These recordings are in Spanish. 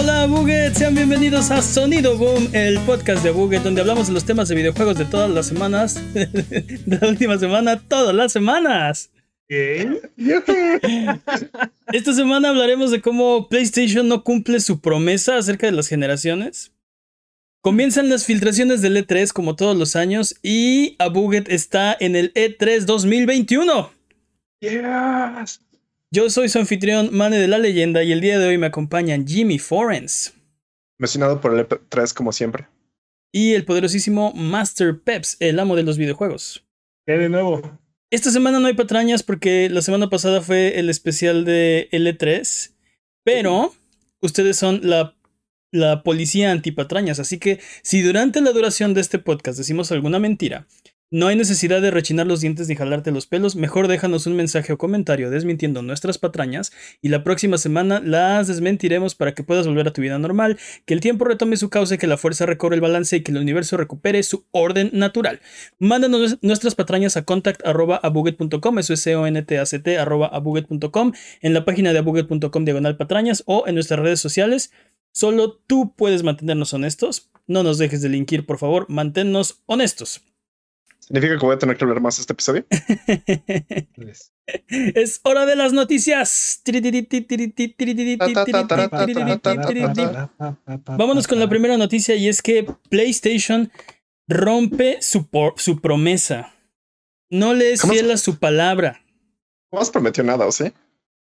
Hola Buget, sean bienvenidos a Sonido Boom, el podcast de Buget, donde hablamos de los temas de videojuegos de todas las semanas, de la última semana, todas las semanas. ¿Qué? Esta semana hablaremos de cómo PlayStation no cumple su promesa acerca de las generaciones. Comienzan las filtraciones del E3 como todos los años y a Buget está en el E3 2021. Yes. Yo soy su anfitrión, Mane de la Leyenda, y el día de hoy me acompañan Jimmy Forens. Mencionado por el E3 como siempre. Y el poderosísimo Master Peps, el amo de los videojuegos. ¿Qué de nuevo? Esta semana no hay patrañas porque la semana pasada fue el especial de L3, pero ustedes son la policía antipatrañas, así que si durante la duración de este podcast decimos alguna mentira, no hay necesidad de rechinar los dientes ni jalarte los pelos, mejor déjanos un mensaje o comentario desmintiendo nuestras patrañas y la próxima semana las desmentiremos para que puedas volver a tu vida normal, que el tiempo retome su cauce, que la fuerza recobre el balance y que el universo recupere su orden natural. Mándanos nuestras patrañas a contact@abuget.com, eso es contact@abuget.com, en la página de abuget.com/patrañas o en nuestras redes sociales. Solo tú puedes mantenernos honestos. No nos dejes delinquir, por favor, manténnos honestos. ¿Significa que voy a tener que hablar más este episodio? Es hora de las noticias. Vámonos con la primera noticia y es que PlayStation rompe su promesa. No le es fiel a su palabra. No has prometido nada, ¿o sí?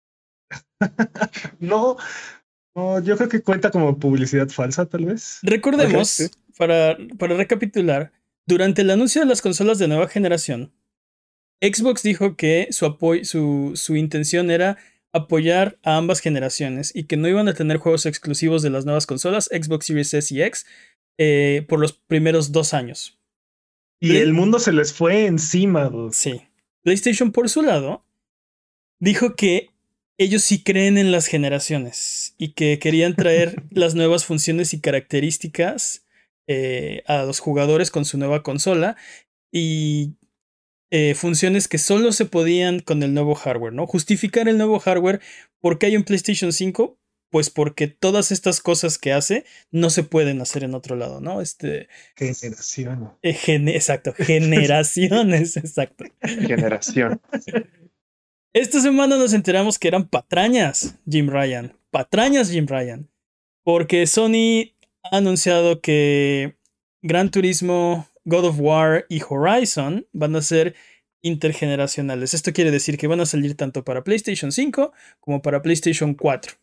No, yo creo que cuenta como publicidad falsa, tal vez. Recordemos, Okay, sí. para recapitular, durante el anuncio de las consolas de nueva generación, Xbox dijo que su intención era apoyar a ambas generaciones y que no iban a tener juegos exclusivos de las nuevas consolas Xbox Series S y X por los primeros 2 años. Y el mundo se les fue encima, dude. Sí. PlayStation, por su lado, dijo que ellos sí creen en las generaciones y que querían traer las nuevas funciones y características a los jugadores con su nueva consola y funciones que solo se podían con el nuevo hardware, ¿no? Justificar el nuevo hardware. ¿Por qué hay un PlayStation 5? Pues porque todas estas cosas que hace no se pueden hacer en otro lado, ¿no? Generación. Exacto, generaciones, exacto. Generación. Esta semana nos enteramos que eran patrañas, Jim Ryan. Patrañas, Jim Ryan. Porque Sony ha anunciado que Gran Turismo, God of War y Horizon van a ser intergeneracionales. Esto quiere decir que van a salir tanto para PlayStation 5 como para PlayStation 4.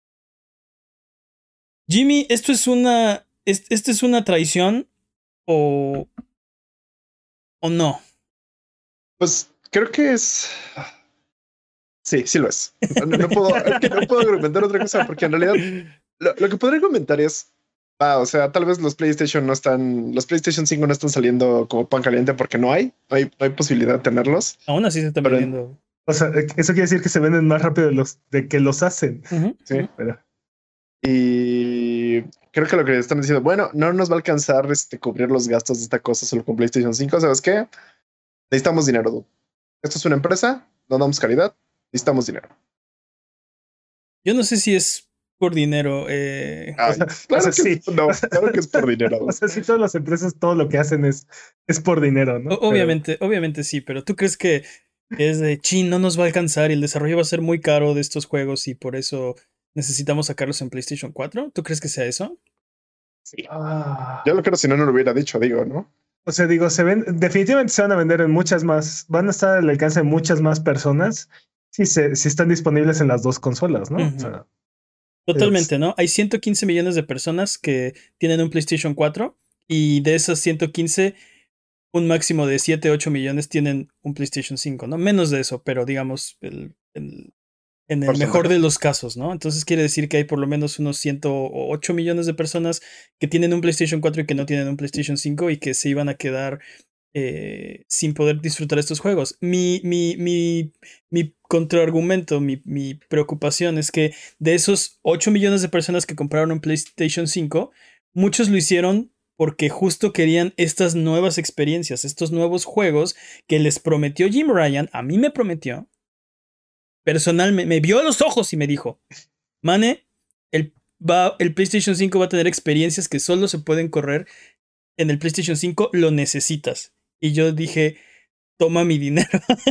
Jimmy, ¿esto es una traición o no? Pues creo que es... Sí lo es. No puedo argumentar otra cosa porque en realidad lo que podría argumentar es... o sea, tal vez los PlayStation 5 no están saliendo como pan caliente porque no hay posibilidad de tenerlos. Aún así se están vendiendo. O sea, eso quiere decir que se venden más rápido de que los hacen. Sí, pero... Y creo que lo que están diciendo, bueno, no nos va a alcanzar cubrir los gastos de esta cosa solo con PlayStation 5. ¿Sabes qué? Necesitamos dinero, dude. Esto es una empresa, no damos caridad, necesitamos dinero. Yo no sé si es por dinero. Claro que sí. Claro que es por dinero. O sea, si todas las empresas todo lo que hacen es por dinero, ¿no? Obviamente sí, pero ¿tú crees que es de chin, no nos va a alcanzar y el desarrollo va a ser muy caro de estos juegos y por eso necesitamos sacarlos en PlayStation 4? ¿Tú crees que sea eso? Sí. Yo lo creo, si no lo hubiera dicho, digo, ¿no? O sea, digo, definitivamente se van a vender en muchas más, van a estar al alcance de muchas más personas si están disponibles en las dos consolas, ¿no? Uh-huh. O sea, totalmente, ¿no? Hay 115 millones de personas que tienen un PlayStation 4 y de esas 115, un máximo de 7-8 millones tienen un PlayStation 5, ¿no? Menos de eso, pero digamos en el mejor de los casos, ¿no? Entonces quiere decir que hay por lo menos unos 108 millones de personas que tienen un PlayStation 4 y que no tienen un PlayStation 5 y que se iban a quedar sin poder disfrutar estos juegos. Mi contraargumento, mi preocupación es que de esos 8 millones de personas que compraron un PlayStation 5, muchos lo hicieron porque justo querían estas nuevas experiencias, estos nuevos juegos que les prometió Jim Ryan, a mí me prometió. Personalmente, me vio a los ojos y me dijo, Mane, el PlayStation 5 va a tener experiencias que solo se pueden correr en el PlayStation 5, lo necesitas. Y yo dije, toma mi dinero.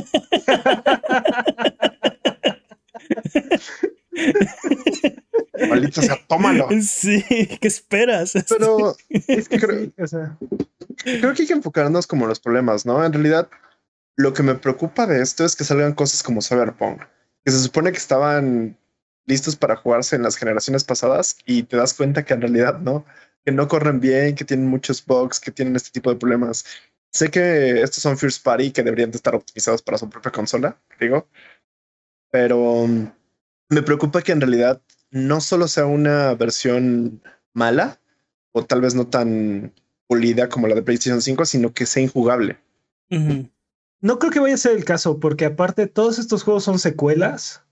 Maldito sea, tómalo. Sí, ¿qué esperas? Pero Es que sí, o sea, creo que hay que enfocarnos como en los problemas, ¿no? En realidad, lo que me preocupa de esto es que salgan cosas como Cyberpunk, que se supone que estaban listos para jugarse en las generaciones pasadas y te das cuenta que en realidad no, que no corren bien, que tienen muchos bugs, que tienen este tipo de problemas. Sé que estos son first party que deberían de estar optimizados para su propia consola, digo, pero me preocupa que en realidad no solo sea una versión mala o tal vez no tan pulida como la de PlayStation 5, sino que sea injugable. Ujú. no creo que vaya a ser el caso, porque aparte todos estos juegos son secuelas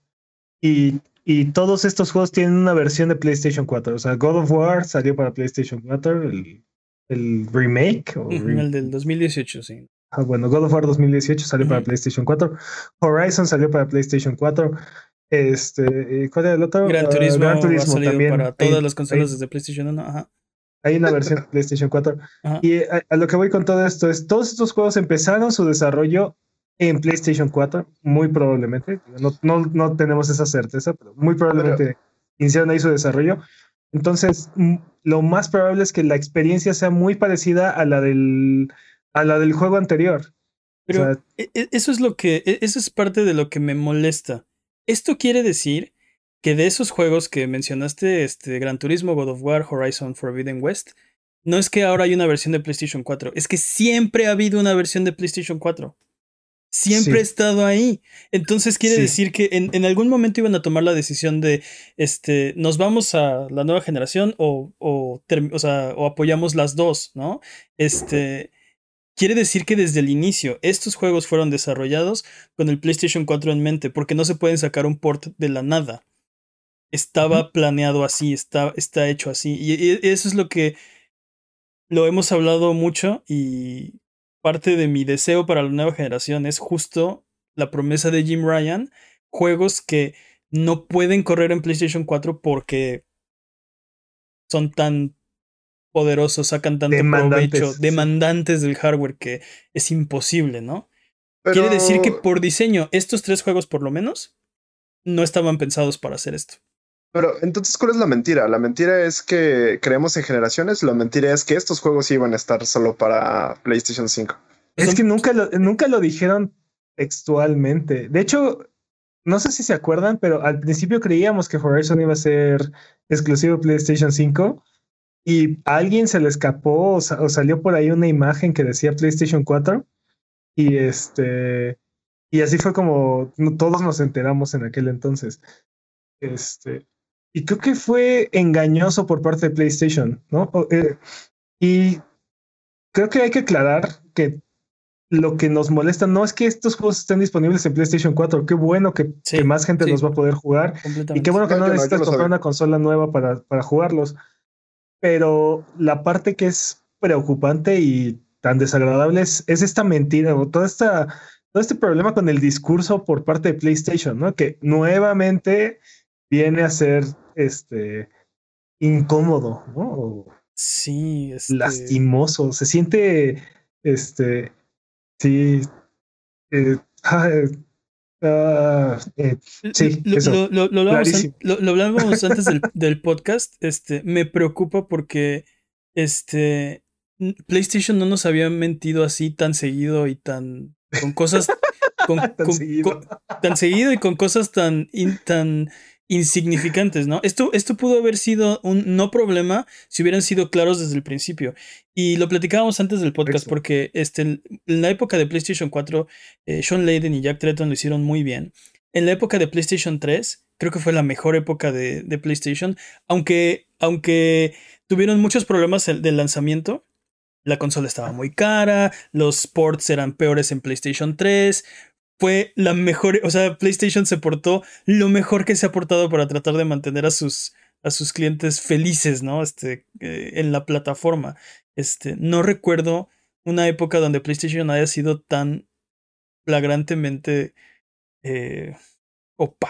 y todos estos juegos tienen una versión de PlayStation 4. O sea, God of War salió para PlayStation 4, el remake. El del 2018, sí. Bueno, God of War 2018 salió para Ujú. PlayStation 4. Horizon salió para PlayStation 4. ¿Cuál era el otro? Gran Gran Turismo ha Turismo salido también. para todas las consolas desde PlayStation 1. Ajá. Hay una versión de PlayStation 4. Ajá. Y a lo que voy con todo esto es, todos estos juegos empezaron su desarrollo en PlayStation 4, muy probablemente. No tenemos esa certeza, pero muy probablemente iniciaron ahí su desarrollo. Entonces, lo más probable es que la experiencia sea muy parecida a la del juego anterior. Pero O sea, eso es eso es parte de lo que me molesta. Esto quiere decir que de esos juegos que mencionaste, Gran Turismo, God of War, Horizon Forbidden West, no es que ahora hay una versión de PlayStation 4, es que siempre ha habido una versión de PlayStation 4. Siempre ha sí, estado ahí. Entonces quiere sí. decir que en algún momento iban a tomar la decisión de, nos vamos a la nueva generación o apoyamos las dos, ¿no? Quiere decir que desde el inicio estos juegos fueron desarrollados con el PlayStation 4 en mente, porque no se pueden sacar un port de la nada. Estaba planeado así, está hecho así. Y eso es lo que lo hemos hablado mucho y parte de mi deseo para la nueva generación es justo la promesa de Jim Ryan, juegos que no pueden correr en PlayStation 4 porque son tan poderosos, sacan tanto provecho, Demandantes, sí. demandantes del hardware que es imposible, ¿no? Quiere decir que Pero, por diseño, estos 3 juegos por lo menos no estaban pensados para hacer esto. pero entonces, ¿cuál es la mentira? La mentira es que creemos en generaciones, la mentira es que estos juegos iban a estar solo para PlayStation 5. Es que Son- nunca lo dijeron textualmente. De hecho, no sé si se acuerdan, pero al principio creíamos que Horizon iba a ser exclusivo de PlayStation 5 y a alguien se le escapó o salió por ahí una imagen que decía PlayStation 4 y y así fue como todos nos enteramos en aquel entonces. Este, y creo que fue engañoso por parte de PlayStation, ¿no? Y creo que hay que aclarar que lo que nos molesta no es que estos juegos estén disponibles en PlayStation 4. Qué bueno que sí, más gente sí, los va a poder jugar. Y qué completamente. bueno que No, no yo no, yo necesitas lo comprar sabía. una consola nueva para jugarlos. Pero la parte que es preocupante y tan desagradable es esta mentira o todo este problema con el discurso por parte de PlayStation, ¿no? Que nuevamente viene a ser incómodo, ¿no? O Sí, lastimoso. Se siente, este, sí, eh, ah, sí, eso, clarísimo. Lo hablábamos antes del podcast. Me preocupa porque PlayStation no nos había mentido así tan seguido y tan con cosas Tan seguido. tan seguido y con cosas tan insignificantes, ¿no? Esto pudo haber sido un no problema si hubieran sido claros desde el principio. Y lo platicábamos antes del podcast Correcto. porque en la época de PlayStation 4, Sean Layden y Jack Tretton lo hicieron muy bien. En la época de PlayStation 3, creo que fue la mejor época de PlayStation, aunque tuvieron muchos problemas del lanzamiento. La consola estaba muy cara, los ports eran peores en PlayStation 3. Fue la mejor, o sea, PlayStation se portó lo mejor que se ha portado para tratar de mantener a sus clientes felices, ¿no? En la plataforma. No recuerdo una época donde PlayStation haya sido tan flagrantemente eh, opaco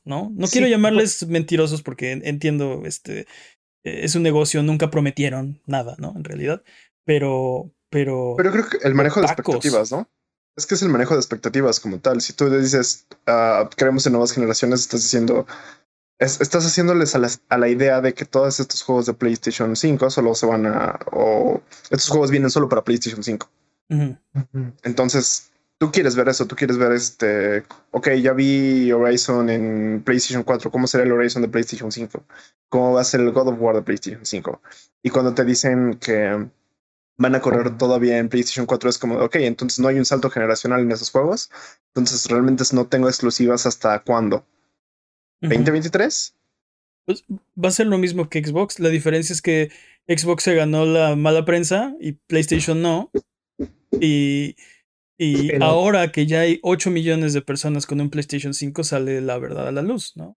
¿no? No Sí, quiero llamarles mentirosos porque entiendo, es un negocio, nunca prometieron nada, ¿no? En realidad, pero Pero creo que el manejo de opacos. expectativas, ¿no? Es que es el manejo de expectativas como tal. Si tú le dices, creemos en nuevas generaciones, estás diciendo, estás haciéndoles a la idea de que todos estos juegos de PlayStation 5 solo se van o estos juegos vienen solo para PlayStation 5. Ujú. Entonces, tú quieres ver eso, tú quieres ver ok, ya vi Horizon en PlayStation 4, ¿cómo será el Horizon de PlayStation 5? ¿Cómo va a ser el God of War de PlayStation 5? Y cuando te dicen que van a correr todavía en PlayStation 4, es como, ok, entonces no hay un salto generacional en esos juegos, entonces realmente no tengo exclusivas hasta cuándo, Ujú. ¿2023? Pues va a ser lo mismo que Xbox. La diferencia es que Xbox se ganó la mala prensa y PlayStation no. Y, y Pero, ahora que ya hay 8 millones de personas con un PlayStation 5 sale la verdad a la luz, ¿no?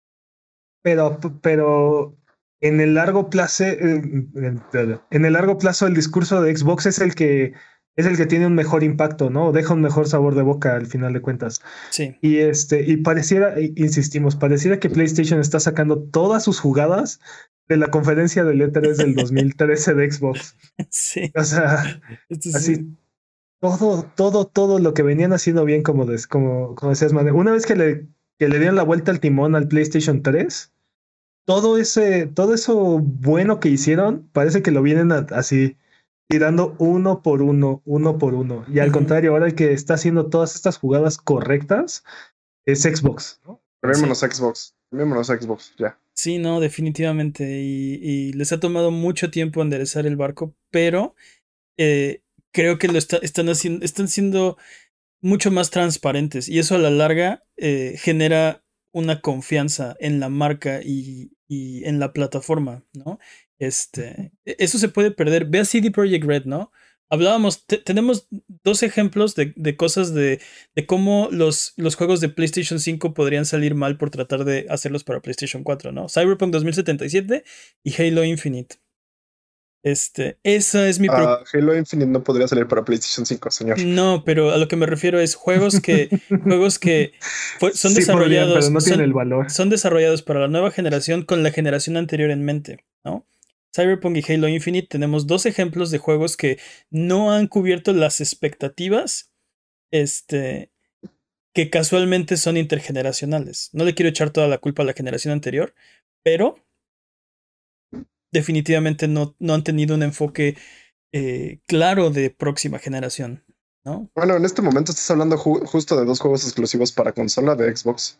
pero en el largo plazo, en el largo plazo, el discurso de Xbox es el que tiene un mejor impacto, ¿no? Deja un mejor sabor de boca al final de cuentas. Sí. Y pareciera, insistimos, pareciera que PlayStation está sacando todas sus jugadas de la conferencia del E3 del 2013 de Xbox. Sí. O sea, Esto es- así todo lo que venían haciendo bien, como decías, Mane. Una vez que le dieron la vuelta al timón al PlayStation 3, todo eso bueno que hicieron, parece que lo vienen así tirando uno por uno, uno por uno. Y al Ujú. contrario, ahora el que está haciendo todas estas jugadas correctas es Xbox, ¿no? Sí. Cambiémonos a Xbox, ya. Sí, no, definitivamente. Y les ha tomado mucho tiempo enderezar el barco, pero eh, creo que están siendo mucho más transparentes. Y eso a la larga genera una confianza en la marca y en la plataforma, ¿no? Eso se puede perder. Ve a CD Projekt Red, ¿no? Hablábamos, tenemos dos ejemplos de cosas de cómo los juegos de PlayStation 5 podrían salir mal por tratar de hacerlos para PlayStation 4, ¿no? Cyberpunk 2077 y Halo Infinite. Esa es mi Halo Infinite no podría salir para PlayStation 5, señor. No, pero a lo que me refiero es juegos que son Sí podrían, pero desarrollados, no tienen el valor. son desarrollados para la nueva generación con la generación anterior en mente, ¿no? Cyberpunk y Halo Infinite tenemos dos ejemplos de juegos que no han cubierto las expectativas, este, que casualmente son intergeneracionales. No le quiero echar toda la culpa a la generación anterior, pero definitivamente no han tenido un enfoque claro de próxima generación, ¿no? Bueno, en este momento estás hablando justo de dos juegos exclusivos para consola de Xbox.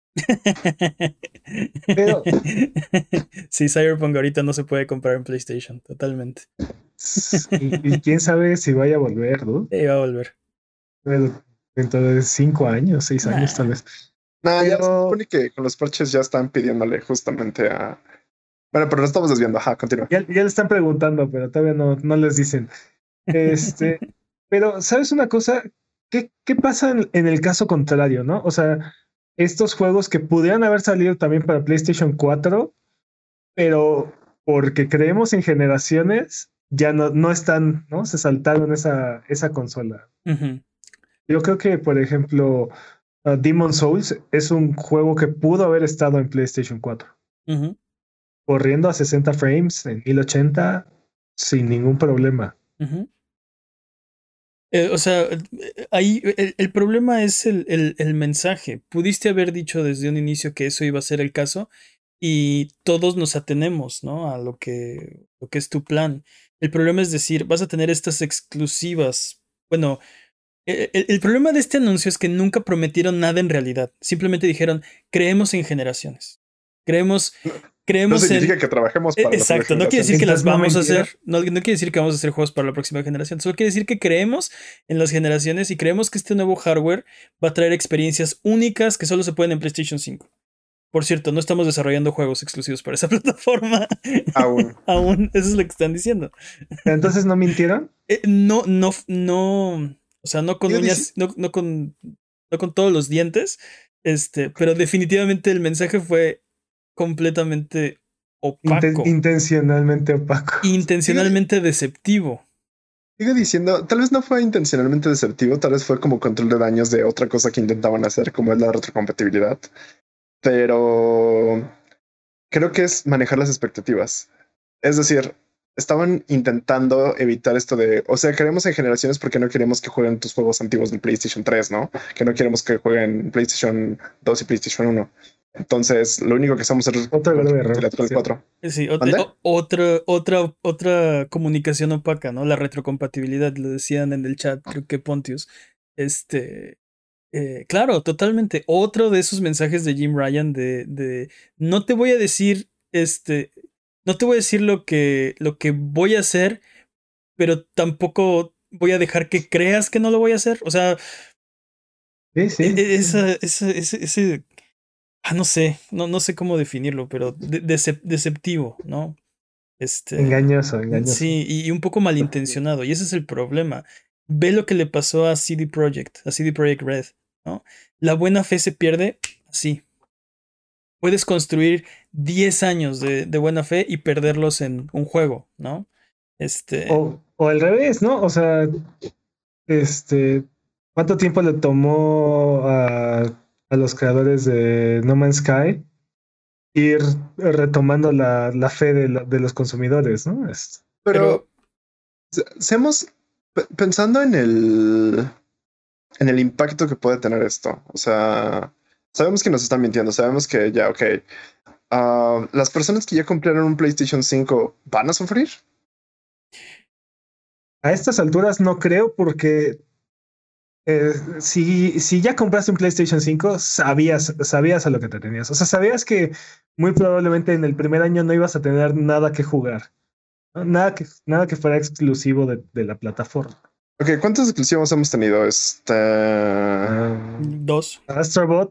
Pero Sí, Cyberpunk ahorita no se puede comprar en PlayStation, totalmente. y quién sabe si vaya a volver, ¿no? Va a volver. Bueno, dentro de 5 años, 6 años tal Nah. vez. No, ya se Pero supone que con los parches ya están pidiéndole justamente a. Bueno, pero nos estamos desviando. Ajá, continúa. ya le están preguntando, pero todavía no les dicen. Este, pero, ¿sabes una cosa? ¿Qué pasa en el caso contrario, no? O sea, estos juegos que pudieran haber salido también para PlayStation 4, pero porque creemos en generaciones, ya no están, ¿no? Se saltaron esa consola. Ujú, Yo creo que, por ejemplo, Demon's Souls es un juego que pudo haber estado en PlayStation 4, ujú, corriendo a 60 frames en 1080 sin ningún problema. ujú. O sea, ahí el problema es el mensaje. Pudiste haber dicho desde un inicio que eso iba a ser el caso y todos nos atenemos, ¿no? A lo que es tu plan. El problema es decir, vas a tener estas exclusivas. Bueno, el problema de este anuncio es que nunca prometieron nada en realidad. Simplemente dijeron, creemos en generaciones. Creemos, No creemos significa en... que trabajemos para las nuevas Exacto, no quiere decir que generaciones. las Entonces no vamos a mentira. hacer, no quiere decir que vamos a hacer juegos para la próxima generación, solo quiere decir que creemos en las generaciones y creemos que este nuevo hardware va a traer experiencias únicas que solo se pueden en PlayStation 5. Por cierto, no estamos desarrollando juegos exclusivos para esa plataforma. Aún. Aún, eso es lo que están diciendo. Entonces no mintieron. No, o sea, no con Yo uñas, no con todos los dientes, pero definitivamente el mensaje fue completamente opaco, Intencionalmente opaco. sigo, intencionalmente deceptivo. sigo diciendo, tal vez no fue intencionalmente deceptivo, tal vez fue como control de daños de otra cosa que intentaban hacer, como es la retrocompatibilidad. pero creo que es manejar las expectativas. Es decir, estaban intentando evitar esto de, o sea, queremos en generaciones porque no queremos que jueguen tus juegos antiguos del PlayStation 3, ¿no? Que no queremos que jueguen PlayStation 2 y PlayStation 1. Entonces, lo único que estamos es Otro grave error. el 4. Sí, ¿Mande? otra comunicación opaca, ¿no? La retrocompatibilidad, lo decían en el chat, creo que Pontius. Claro, totalmente. Otro de esos mensajes de Jim Ryan de no te voy a decir, no te voy a decir lo que voy a hacer, pero tampoco voy a dejar que creas que no lo voy a hacer. O sea, Sí. ese no sé, no sé cómo definirlo, pero deceptivo, ¿no? Engañoso. Sí, y un poco malintencionado, y ese es el problema. Ve lo que le pasó a CD Projekt Red, ¿no? La buena fe se pierde así. Puedes construir 10 años de buena fe y perderlos en un juego, ¿no? O al revés, ¿no? O sea, ¿cuánto tiempo le tomó a los creadores de No Man's Sky ir retomando la fe de los consumidores, ¿no? Pero seamos pensando en el impacto que puede tener esto. O sea, sabemos que nos están mintiendo, sabemos que ya, ok. Las personas que ya compraron un PlayStation 5 van a sufrir. A estas alturas no creo porque si ya compraste un PlayStation 5, sabías a lo que te tenías. O sea, sabías que muy probablemente en el primer año no ibas a tener nada que jugar, ¿no? Nada que fuera exclusivo de la plataforma. Ok, ¿cuántos exclusivos hemos tenido? 2. Astrobot,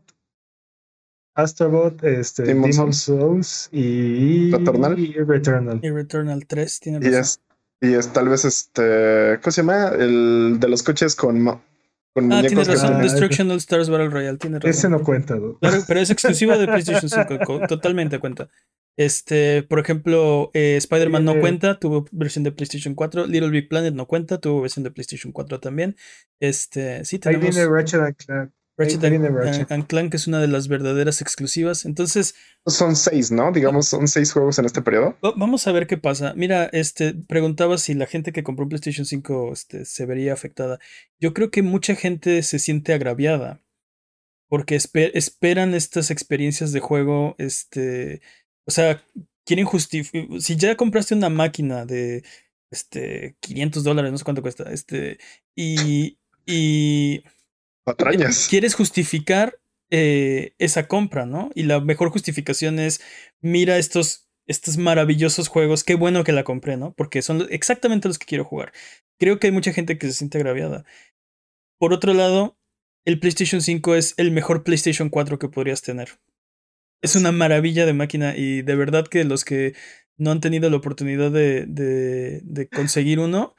Demon's Souls y Returnal. Y Returnal 3, tiene razón. Y es tal vez ¿cómo se llama? El de los coches con muñecos. Tiene razón. Destruction All Stars Battle Royale, tiene razón. Ese no cuenta, ¿no? Claro, pero es exclusivo de PlayStation 5, totalmente cuenta. Por ejemplo, Spider-Man no cuenta, tuvo versión de PlayStation 4. Little Big Planet no cuenta, tuvo versión de PlayStation 4 también. Sí, tenemos. Ahí viene Ratchet Clank. Ratchet and Clank es una de las verdaderas exclusivas. Entonces. Son 6, ¿no? Digamos, son 6 juegos en este periodo. Vamos a ver qué pasa. Mira, preguntaba si la gente que compró un PlayStation 5 se vería afectada. Yo creo que mucha gente se siente agraviada. Porque esperan estas experiencias de juego. O sea, quieren justificar. Si ya compraste una máquina de $500, no sé cuánto cuesta. Y Patrañas. quieres justificar esa compra, ¿no? Y la mejor justificación es: mira estos maravillosos juegos, qué bueno que la compré, ¿no? Porque son exactamente los que quiero jugar. Creo que hay mucha gente que se siente agraviada. Por otro lado, el PlayStation 5 es el mejor PlayStation 4 que podrías tener. Es una maravilla de máquina, y de verdad que los que no han tenido la oportunidad de conseguir uno,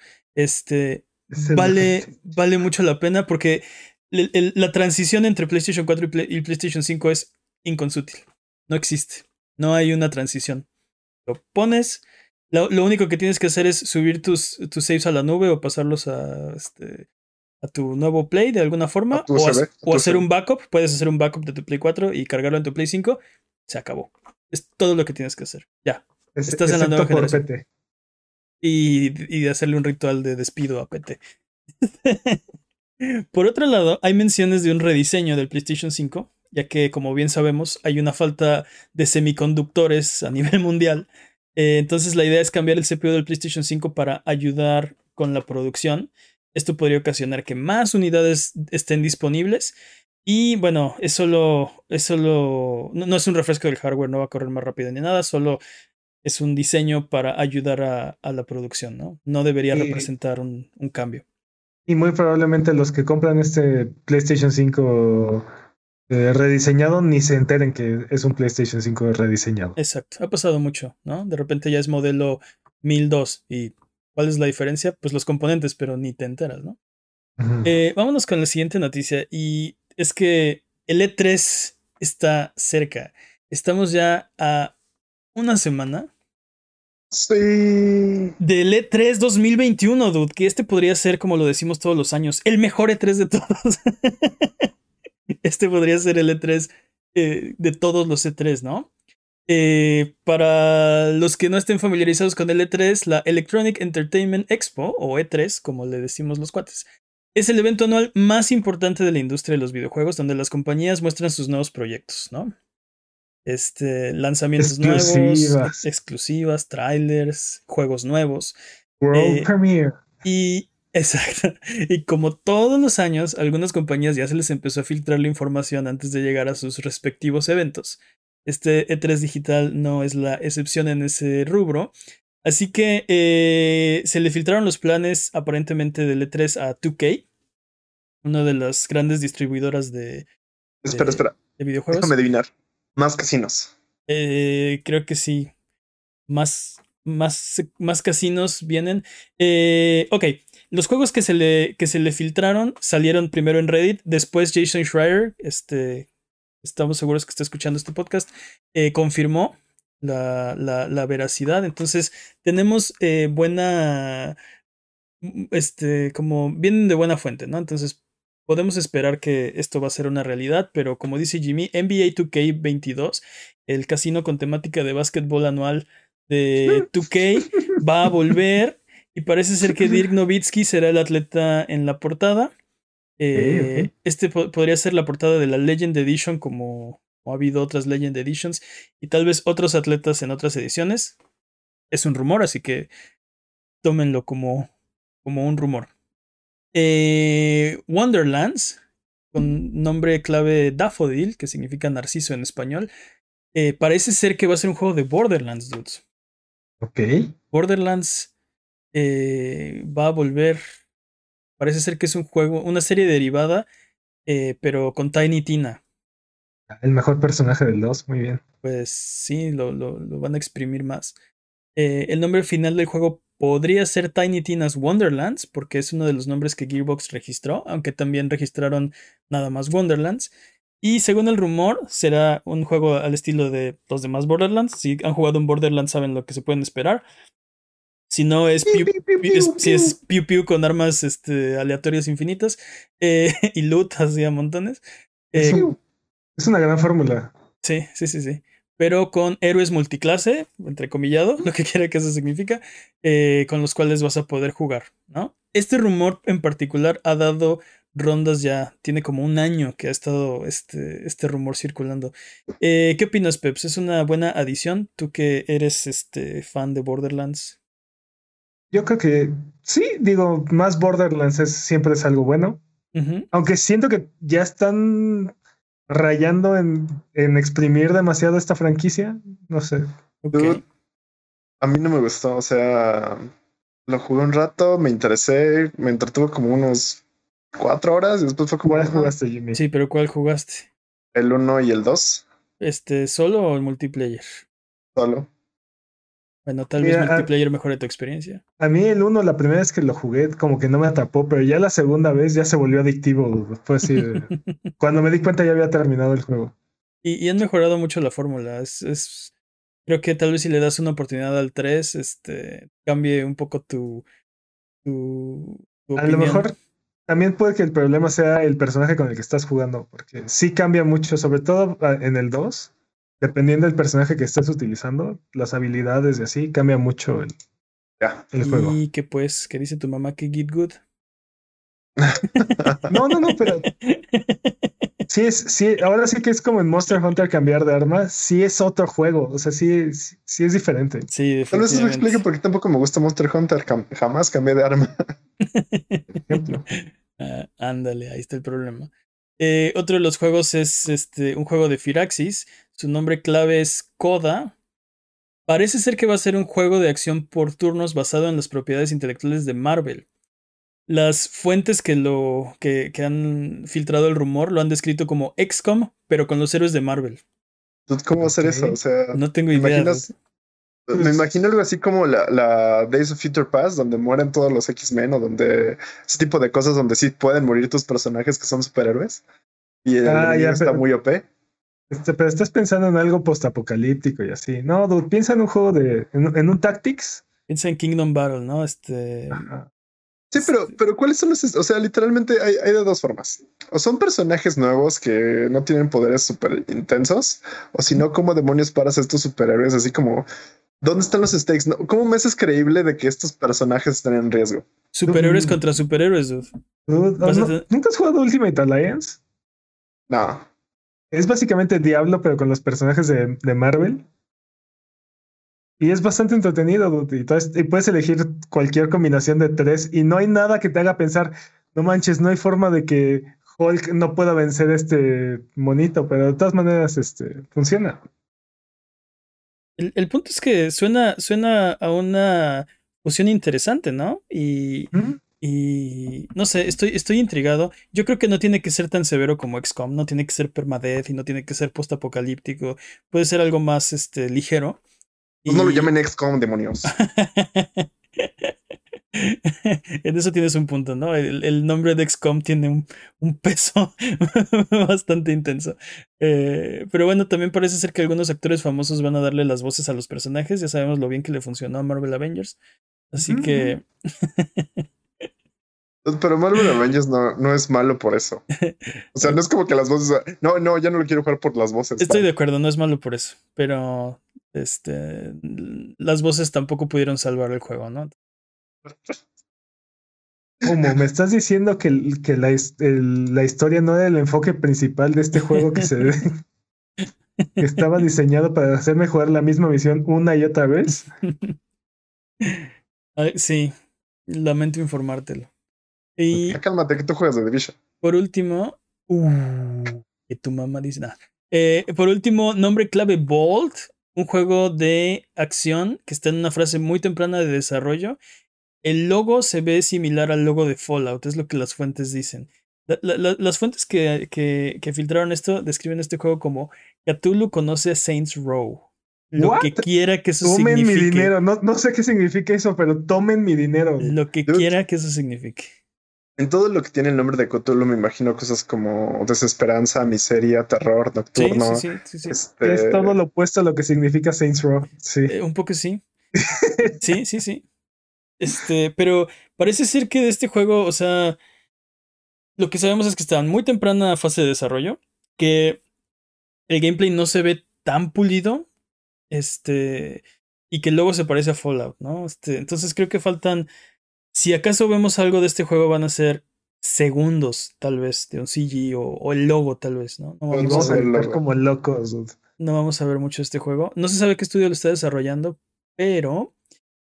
vale mucho la pena, porque la transición entre PlayStation 4 y PlayStation 5 es inconsútil. No existe. No hay una transición. Lo pones. Lo único que tienes que hacer es subir tus saves a la nube o pasarlos a tu nuevo Play de alguna forma. O hacer un backup. Puedes hacer un backup de tu Play 4 y cargarlo en tu Play 5. Se acabó. Es todo lo que tienes que hacer. Ya. Estás en la nueva generación. PT. Y hacerle un ritual de despido a PT. Por otro lado, hay menciones de un rediseño del PlayStation 5, ya que, como bien sabemos, hay una falta de semiconductores a nivel mundial. Entonces la idea es cambiar el CPU del PlayStation 5 para ayudar con la producción. Esto podría ocasionar que más unidades estén disponibles. Y bueno, no es un refresco del hardware, no va a correr más rápido ni nada, solo es un diseño para ayudar a la producción, ¿no? No debería representar un cambio. Y muy probablemente los que compran este PlayStation 5 rediseñado ni se enteren que es un PlayStation 5 rediseñado. Exacto, ha pasado mucho, ¿no? De repente ya es modelo 1002. ¿Y cuál es la diferencia? Pues los componentes, pero ni te enteras, ¿no? Vámonos con la siguiente noticia, y es que el E3 está cerca. Estamos ya a una semana. Sí. Del E3 2021, dude, que podría ser, como lo decimos todos los años, el mejor E3 de todos. Podría ser el E3 de todos los E3, ¿no? Para los que no estén familiarizados con el E3, la Electronic Entertainment Expo, o E3, como le decimos los cuates, es el evento anual más importante de la industria de los videojuegos, donde las compañías muestran sus nuevos proyectos, ¿no? Lanzamientos nuevos, exclusivas, trailers, juegos nuevos. World Premiere. Y exacto. Y como todos los años, algunas compañías ya se les empezó a filtrar la información antes de llegar a sus respectivos eventos. Este E3 digital no es la excepción en ese rubro. Así que se le filtraron los planes aparentemente del E3 a 2K, una de las grandes distribuidoras de videojuegos. Déjame adivinar. Más casinos. Creo que sí. Más casinos vienen. Ok, los juegos que se le filtraron salieron primero en Reddit. Después Jason Schreier, estamos seguros que está escuchando este podcast, confirmó la veracidad. Entonces tenemos buena, como vienen de buena fuente, ¿no? Entonces podemos esperar que esto va a ser una realidad, pero como dice Jimmy, NBA 2K22, el casino con temática de básquetbol anual de 2K, va a volver y parece ser que Dirk Nowitzki será el atleta en la portada. Okay. Podría ser la portada de la Legend Edition, como ha habido otras Legend Editions, y tal vez otros atletas en otras ediciones. Es un rumor, así que tómenlo como un rumor. Wonderlands, con nombre clave Daffodil, que significa narciso en español, parece ser que va a ser un juego de Borderlands, dudes. Ok. Borderlands va a volver. Parece ser que es un juego, una serie derivada, pero con Tiny Tina. El mejor personaje del 2, muy bien. Pues sí, lo van a exprimir más. El nombre final del juego podría ser Tiny Tina's Wonderlands, porque es uno de los nombres que Gearbox registró, aunque también registraron nada más Wonderlands. Y según el rumor, será un juego al estilo de los demás Borderlands. Si han jugado un Borderlands saben lo que se pueden esperar. Si no es si es piu piu con armas aleatorias infinitas y loot así a montones. Es una gran fórmula. Sí. Pero con héroes multiclase, entrecomillado, lo que quiera que eso significa, con los cuales vas a poder jugar, ¿no? Este rumor en particular ha dado rondas ya, tiene como un año que ha estado este rumor circulando. ¿Qué opinas, Peps? ¿Es una buena adición? Tú que eres fan de Borderlands. Yo creo que sí, digo, más Borderlands siempre es algo bueno. Aunque siento que ya están rayando en exprimir demasiado esta franquicia. No sé. Okay. A mí no me gustó, o sea, lo jugué un rato, me interesé, me entretuvo como unos 4 horas y después fue como... ¿Cuál jugaste, Jimmy? Sí, pero ¿cuál jugaste? El 1 y el 2. ¿Solo o el multiplayer? Solo. Bueno, tal vez multiplayer mejore tu experiencia. A mí el 1, la primera vez que lo jugué, como que no me atrapó, pero ya la segunda vez ya se volvió adictivo. Fue así, cuando me di cuenta ya había terminado el juego. Y han mejorado mucho la fórmula. Creo que tal vez si le das una oportunidad al 3, cambie un poco tu opinión. A lo mejor también puede que el problema sea el personaje con el que estás jugando, porque sí cambia mucho, sobre todo en el 2. Dependiendo del personaje que estés utilizando, las habilidades y así, cambia mucho el juego. Y que pues, ¿qué dice tu mamá que Get Good? No, pero sí, ahora sí que es como en Monster Hunter cambiar de arma, sí es otro juego, o sea, sí es diferente. Sí, tal vez eso me explique por qué tampoco me gusta Monster Hunter, jamás cambié de arma. Por ejemplo. Ándale, ahí está el problema. Otro de los juegos es un juego de Firaxis. Su nombre clave es Coda. Parece ser que va a ser un juego de acción por turnos basado en las propiedades intelectuales de Marvel. Las fuentes que han filtrado el rumor lo han descrito como XCOM, pero con los héroes de Marvel. ¿Cómo va a ser eso? O sea, no tengo idea. Me imagino algo así como la Days of Future Past, donde mueren todos los X-Men o donde ese tipo de cosas donde sí pueden morir tus personajes que son superhéroes. Y el enemigo está muy OP. Pero estás pensando en algo postapocalíptico y así. No, dude, piensa en un juego en un Tactics. Piensa en Kingdom Battle, ¿no? Ajá. Sí, pero ¿cuáles son los? O sea, literalmente hay de dos formas. O son personajes nuevos que no tienen poderes súper intensos, o si no, ¿cómo demonios paras a estos superhéroes? Así como, ¿dónde están los stakes? ¿Cómo me haces creíble de que estos personajes están en riesgo? Superhéroes contra superhéroes, dude. ¿Nunca has jugado Ultimate Alliance? No. Es básicamente Diablo, pero con los personajes de Marvel. Y es bastante entretenido, dude. Y puedes elegir cualquier combinación de 3 y no hay nada que te haga pensar, no manches, no hay forma de que Hulk no pueda vencer este monito, pero de todas maneras funciona. El punto es que suena a una fusión interesante, ¿no? Y no sé, estoy intrigado. Yo creo que no tiene que ser tan severo como XCOM, no tiene que ser permadeath y no tiene que ser postapocalíptico. Puede ser algo más ligero. Pues no lo llamen XCOM, demonios. En eso tienes un punto, ¿no? El nombre de XCOM tiene un peso bastante intenso. Pero bueno, también parece ser que algunos actores famosos van a darle las voces a los personajes. Ya sabemos lo bien que le funcionó a Marvel Avengers. Así que. Pero Marvel Avengers no es malo por eso. O sea, no es como que las voces. No, ya no lo quiero jugar por las voces. Estoy de acuerdo, no es malo por eso. Pero las voces tampoco pudieron salvar el juego, ¿no? ¿Cómo? ¿Me estás diciendo que la historia no era el enfoque principal de este juego que estaba diseñado para hacerme jugar la misma misión una y otra vez? Sí, lamento informártelo. Y cálmate, que tú juegas de Division. Por último, que tu mamá dice nada. Por último, nombre clave Bolt, un juego de acción que está en una fase muy temprana de desarrollo. El logo se ve similar al logo de Fallout, es lo que las fuentes dicen. Las fuentes que filtraron esto describen este juego como Cthulhu conoce a Saints Row. Lo que quiera que eso signifique. Tomen mi dinero, no sé qué significa eso, pero tomen mi dinero. Lo que quiera que eso signifique. En todo lo que tiene el nombre de Cthulhu me imagino cosas como desesperanza, miseria, terror, nocturno. Sí. Es todo lo opuesto a lo que significa Saints Row. Sí. Un poco sí. Sí. Pero parece ser que de este juego, o sea, lo que sabemos es que está en muy temprana fase de desarrollo, que el gameplay no se ve tan pulido, y que luego se parece a Fallout, ¿no? Entonces creo que faltan, si acaso vemos algo de este juego, van a ser segundos, tal vez, de un CG o el logo, tal vez, ¿no? No vamos a ver como locos. No vamos a ver mucho de este juego. No se sabe qué estudio lo está desarrollando, pero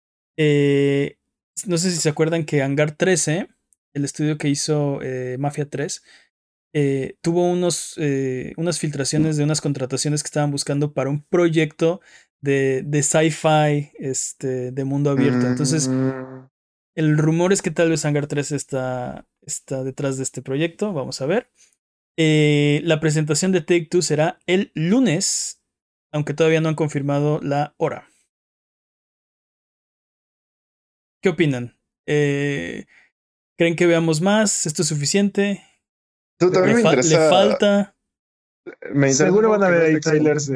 no sé si se acuerdan que Hangar 13, el estudio que hizo Mafia 3, tuvo unas filtraciones de unas contrataciones que estaban buscando para un proyecto de sci-fi de mundo abierto. Entonces, el rumor es que tal vez Hangar 13 está detrás de este proyecto. Vamos a ver. La presentación de Take-Two será el lunes, aunque todavía no han confirmado la hora. ¿Qué opinan? ¿Creen que veamos más? ¿Esto es suficiente? También me interesa. ¿Le falta? Seguro van a ver ahí trailers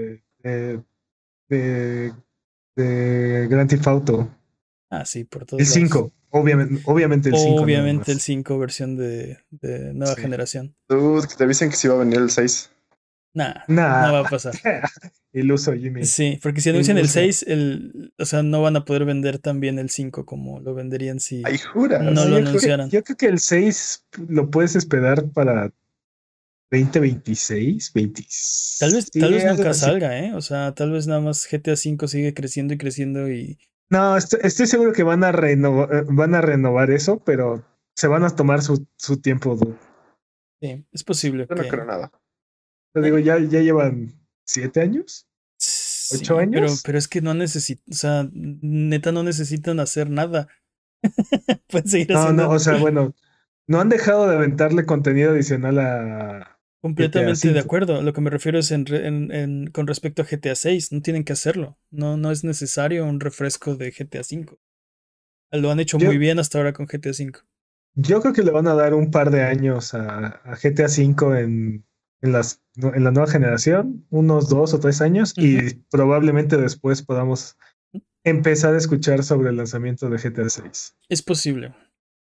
de Grand Theft Auto. Ah, sí, por todo. El 5, obviamente el 5. Obviamente el 5, versión de nueva generación. Dude, que te avisen que sí va a venir el 6. No va a pasar. Iluso, Jimmy. Sí, porque si anuncian el 6, o sea, no van a poder vender tan bien el 5 como lo venderían si no lo anunciaran. Yo creo que el 6 lo puedes esperar para 2026, 20. Tal vez nunca salga, ¿eh? O sea, tal vez nada más GTA 5 sigue creciendo y creciendo y... No, estoy seguro que van a renovar eso, pero se van a tomar su tiempo. Sí, es posible. Yo no creo nada. Te digo, ya llevan 7 años. Sí, 8 años. Pero es que no necesitan, o sea, neta no necesitan hacer nada. Pueden seguir haciendo. No, o sea, bueno, no han dejado de aventarle contenido adicional a Completamente de acuerdo. Lo que me refiero es con respecto a GTA 6. No tienen que hacerlo. No es necesario un refresco de GTA 5. Lo han hecho muy bien hasta ahora con GTA 5. Yo creo que le van a dar un par de años a GTA 5 en la nueva generación, unos 2 o 3 años, y probablemente después podamos empezar a escuchar sobre el lanzamiento de GTA 6. Es posible.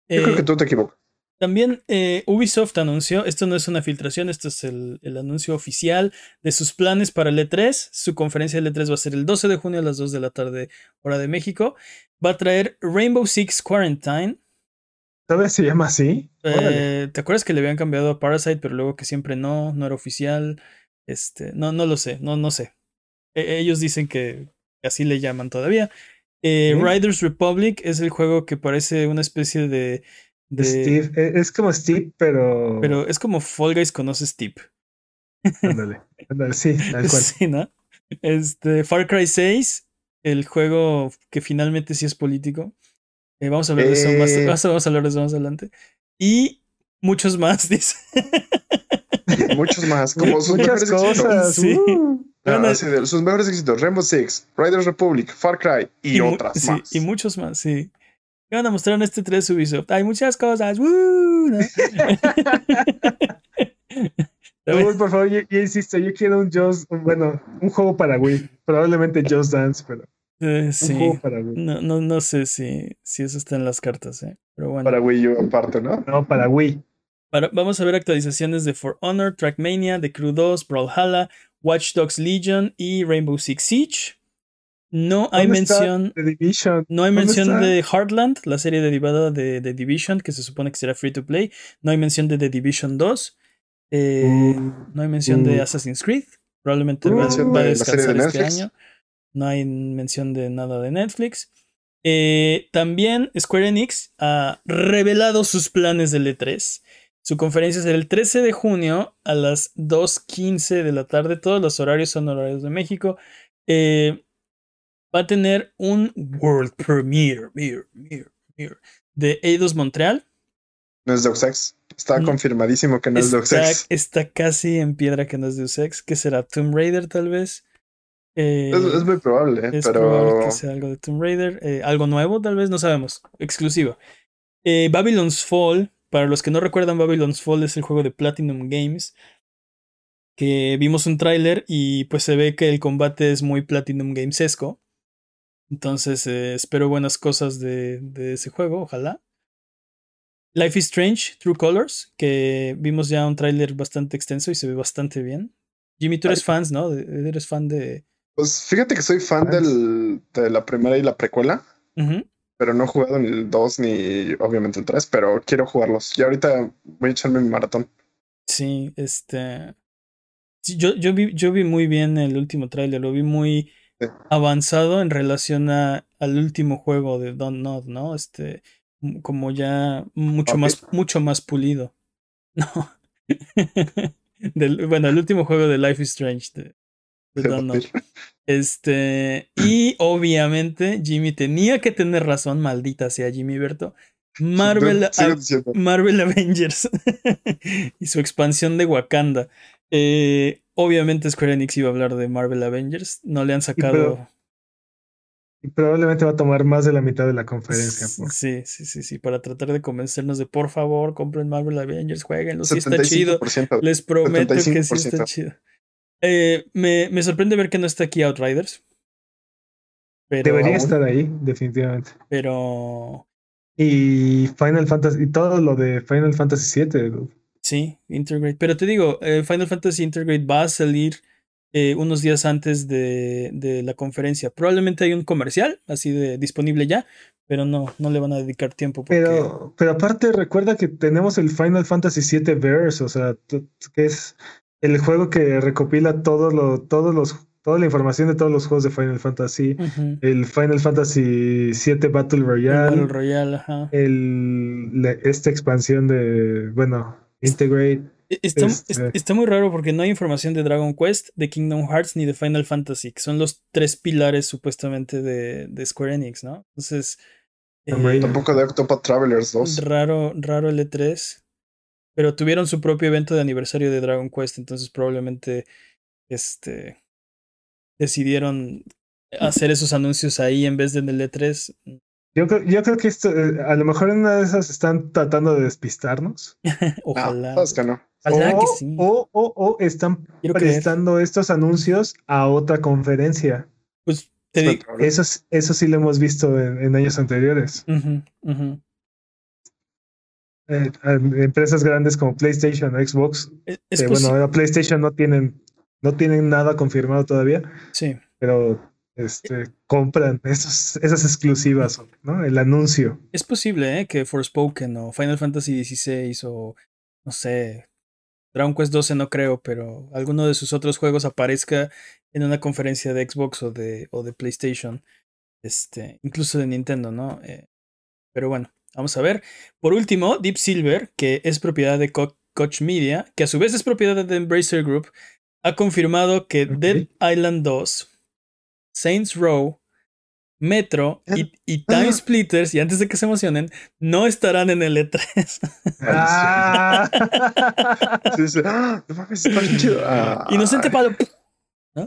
Yo creo que Eh, tú te equivocas. También Ubisoft anunció, esto no es una filtración, esto es el anuncio oficial de sus planes para el E3. Su conferencia del E3 va a ser el 12 de junio a las 2 de la tarde, hora de México. Va a traer Rainbow Six Quarantine. ¿Todavía se llama así? Órale. ¿Te acuerdas que le habían cambiado a Parasite, pero luego que siempre no era oficial? No lo sé, no sé. Ellos dicen que así le llaman todavía. ¿Sí? Riders Republic es el juego que parece una especie de Steve, es como Steve, pero pero es como Fall Guys conoce Steve. ándale, ándale, sí, tal cual. Sí, ¿no? Far Cry 6, el juego que finalmente sí es político. Vamos a hablar de eso vamos a hablar de eso más adelante. Y muchos más, dice. Muchos más, como sus Muchas mejores éxitos. cosas. Sí. Van a- Así de sus mejores éxitos: Rainbow Six, Riders Republic, Far Cry y otras sí, y más. muchos más, sí. ¿Qué van a mostrar en este 3 Ubisoft? Hay muchas cosas. ¡Woo! ¿No? También- Uy, por favor, yo insisto, yo quiero bueno, un juego para Wii. Probablemente Just Dance, pero un juego sí. para Wii. No sé si eso está en las cartas, ¿eh? Pero bueno. Para Wii U aparte, ¿no? No, para Wii. Vamos a ver actualizaciones de For Honor, Trackmania, The Crew 2, Brawlhalla, Watch Dogs Legion y Rainbow Six Siege. No hay ¿Dónde está mención. The Division? No hay ¿Dónde mención está? de Heartland, la serie derivada de The Division, que se supone que será free to play. No hay mención de The Division 2. No hay mención de uh, Assassin's Creed. Probablemente Ni va, mención va a de la serie de descansar este Netflix. año. No hay mención de nada de Netflix. También Square Enix ha revelado sus planes del E3. Su conferencia será el 13 de junio a las 2:15 de la tarde. Todos los horarios son horarios de México. Va a tener un World Premiere de Eidos Montreal. No es Deus Ex. Está Mm, confirmadísimo que no es Deus Ex. Está casi en piedra que no es Deus Ex. ¿Qué será? Tomb Raider, tal vez. Es muy probable, Es probable que pero sea algo de Tomb Raider. Algo nuevo, tal vez, no sabemos. Exclusiva. Babylon's Fall. Para los que no recuerdan, Babylon's Fall es el juego de Platinum Games. Que vimos un tráiler y pues se ve que el combate es muy Platinum Gamesesco. Entonces espero buenas cosas de ese juego, ojalá. Life is Strange, True Colors, que vimos ya un tráiler bastante extenso y se ve bastante bien. Jimmy, tú ay, eres fan, ¿no? Eres fan de... pues fíjate que soy fan de la primera y la precuela, Ujú. pero no he jugado ni el 2 ni obviamente el 3, pero quiero jugarlos. Y ahorita voy a echarme mi maratón. Sí, sí, yo vi muy bien el último tráiler, lo vi muy Sí. avanzado en relación al último juego de Don't Nod, ¿no? Como ya Ok. mucho más pulido. No. Bueno, el último juego de Life is Strange de Don't Nod. Y obviamente Jimmy tenía que tener razón, maldita sea Jimmy Berto. Sigo diciendo. Marvel Avengers y su expansión de Wakanda. Obviamente Square Enix iba a hablar de Marvel Avengers. No le han sacado. Y probablemente va a tomar más de la mitad de la conferencia. Sí, para tratar de convencernos de por favor, compren Marvel Avengers, jueguenlo, sí está chido. 75%. Les prometo que sí 75%. está chido. Me sorprende ver que no está aquí Outriders. Debería Aún. estar ahí, definitivamente. Pero Y Final Fantasy, y todo lo de Final Fantasy VII. sí, Intergrade. Pero te digo, Final Fantasy Intergrade va a salir unos días antes de la conferencia. Probablemente hay un comercial así de disponible ya, pero no le van a dedicar tiempo porque... Pero aparte recuerda que tenemos el Final Fantasy VII Verse, o sea, que es el juego que recopila toda la información de todos los juegos de Final Fantasy, Ujú. el Final Fantasy VII Battle El Royale, Battle Royale, ajá. esta expansión de, bueno, Integrate. Está muy raro porque no hay información de Dragon Quest, de Kingdom Hearts ni de Final Fantasy, que son los tres pilares supuestamente de Square Enix, ¿no? Entonces, Tomb Raider. Tampoco de Octopath Travelers 2. raro el E3, pero tuvieron su propio evento de aniversario de Dragon Quest, entonces probablemente decidieron hacer esos anuncios ahí en vez de en el E3. Yo creo que esto, a lo mejor en una de esas están tratando de despistarnos. No, Ojalá. sabes que no. Ojalá que sí. O están Quiero creer. prestando estos anuncios a otra conferencia. Pues te Es muy digo. probable. Eso sí lo hemos visto en años anteriores. Ujú, ujú. empresas grandes como PlayStation o Xbox. Bueno, ahora PlayStation no tienen nada confirmado todavía. Sí. Pero compran esas exclusivas, ¿no? El anuncio. Es posible, que Forspoken o Final Fantasy XVI o no sé, Dragon Quest 12 no creo, pero alguno de sus otros juegos aparezca en una conferencia de Xbox o de PlayStation, incluso de Nintendo, ¿no? Pero bueno, vamos a ver. Por último, Deep Silver, que es propiedad de Koch Media, que a su vez es propiedad de Embracer Group, ha confirmado que Dead Island 2, Saints Row, Metro y Time Splitters, y antes de que se emocionen, no estarán en el E3. Sí. No mames, está bien chido. Inocente palo. ¿No?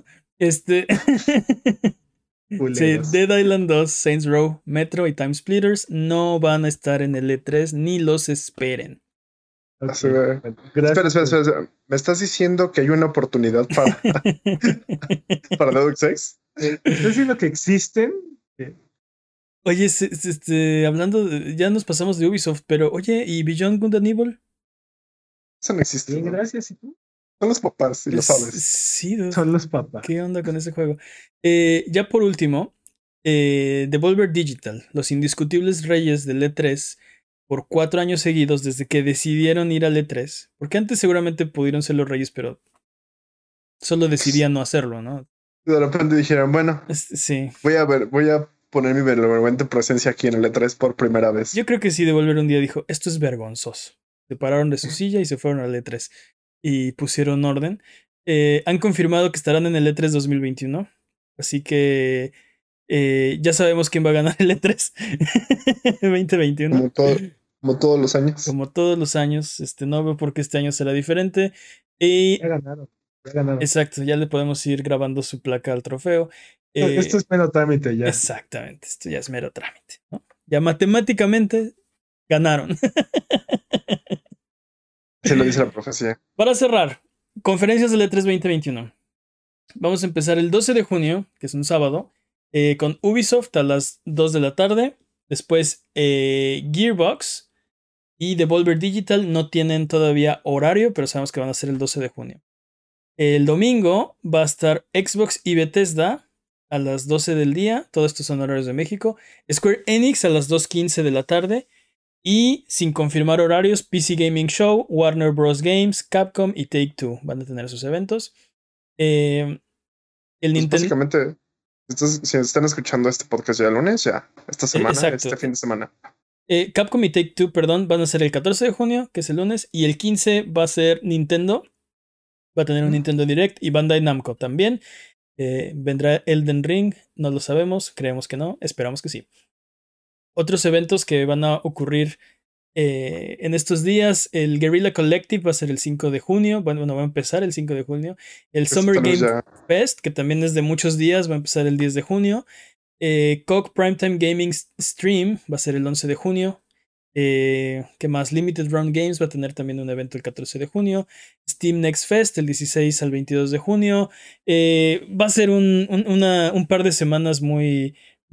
Sí, Dead Island 2, Saints Row, Metro y Time Splitters no van a estar en el E3 ni los esperen. Okay. Espera. ¿Me estás diciendo que hay una oportunidad para Deus Ex? ¿Estás diciendo que existen? Oye, hablando ya nos pasamos de Ubisoft, pero oye, ¿y Beyond Good and Evil? Eso no existe. Sí, gracias, ¿y tú? Son los papás, si lo sabes. Sí, son los papás. ¿Qué onda con ese juego? Ya por último, Devolver Digital, los indiscutibles reyes del E3, por 4 años seguidos desde que decidieron ir al E3, porque antes seguramente pudieron ser los reyes, pero solo decidían no hacerlo, ¿no? De repente dijeron, bueno, sí. Voy a poner mi benevolente presencia aquí en el E3 por primera vez. Yo creo que sí, Devolver un día dijo, esto es vergonzoso. Se pararon de su silla y se fueron al E3 y pusieron orden. Han confirmado que estarán en el E3 2021, así que ya sabemos quién va a ganar el E3 2021. Como todos los años. Como todos los años, no veo por qué este año será diferente. Y ya ganaron. Exacto, ya le podemos ir grabando su placa al trofeo. Esto es mero trámite ya. Exactamente, esto ya es mero trámite, ¿no? Ya matemáticamente ganaron. Se lo dice la profecía. Para cerrar, conferencias del E3 2021. Vamos a empezar el 12 de junio, que es un sábado, con Ubisoft a las 2 de la tarde. Después Gearbox y Devolver Digital no tienen todavía horario, pero sabemos que van a ser el 12 de junio. El domingo va a estar Xbox y Bethesda a las 12 del día. Todos estos son horarios de México. Square Enix a las 2:15 de la tarde. Y sin confirmar horarios, PC Gaming Show, Warner Bros. Games, Capcom y Take-Two van a tener sus eventos. El Nintendo. Básicamente, si están escuchando este podcast ya el lunes, ya esta semana, este fin de semana. Capcom y Take-Two, perdón, van a ser el 14 de junio, que es el lunes. Y el 15 va a ser Nintendo. Va a tener un Nintendo Direct y Bandai Namco también. Vendrá Elden Ring, no lo sabemos, creemos que no, esperamos que sí. Otros eventos que van a ocurrir en estos días, el Guerrilla Collective va a ser el 5 de junio, bueno, va a empezar el 5 de junio. El Summer Game Fest, que también es de muchos días, va a empezar el 10 de junio. Koch Primetime Gaming Stream va a ser el 11 de junio. ¿Qué más? Limited Run Games va a tener también un evento el 14 de junio. Steam Next Fest el 16 al 22 de junio. Va a ser un par de semanas muy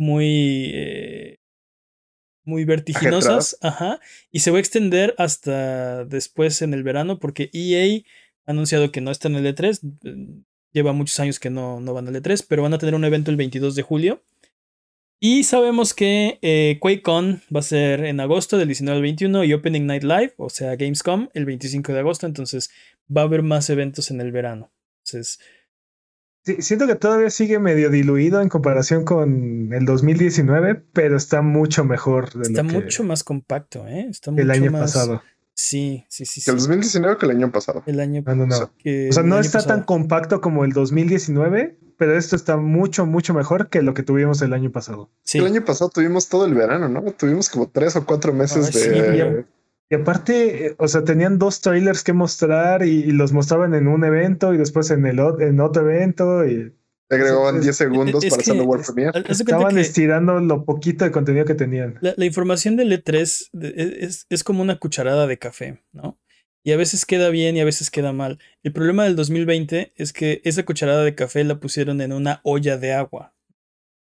vertiginosas. Ajá. Y se va a extender hasta después en el verano porque EA ha anunciado que no está en el E3. Lleva muchos años que no van al E3, pero van a tener un evento el 22 de julio. Y sabemos que QuakeCon va a ser en agosto del 19 al 21 y Opening Night Live, o sea Gamescom, el 25 de agosto. Entonces va a haber más eventos en el verano. Entonces, sí, siento que todavía sigue medio diluido en comparación con el 2019, pero está mucho mejor. Está mucho más compacto, ¿eh? Está el mucho año más... pasado. Sí. El 2019 que el año pasado. El año no. O sea, no está tan compacto como el 2019, pero esto está mucho, mucho mejor que lo que tuvimos el año pasado. Sí. El año pasado tuvimos todo el verano, ¿no? Tuvimos como 3 o 4 meses de... Y aparte, o sea, tenían 2 trailers que mostrar y los mostraban en un evento y después en otro evento y... agregaban 10 segundos para hacer la World Premiere. Estaban estirando lo poquito de contenido que tenían. La información del E3 es como una cucharada de café, ¿no? Y a veces queda bien y a veces queda mal. El problema del 2020 es que esa cucharada de café la pusieron en una olla de agua.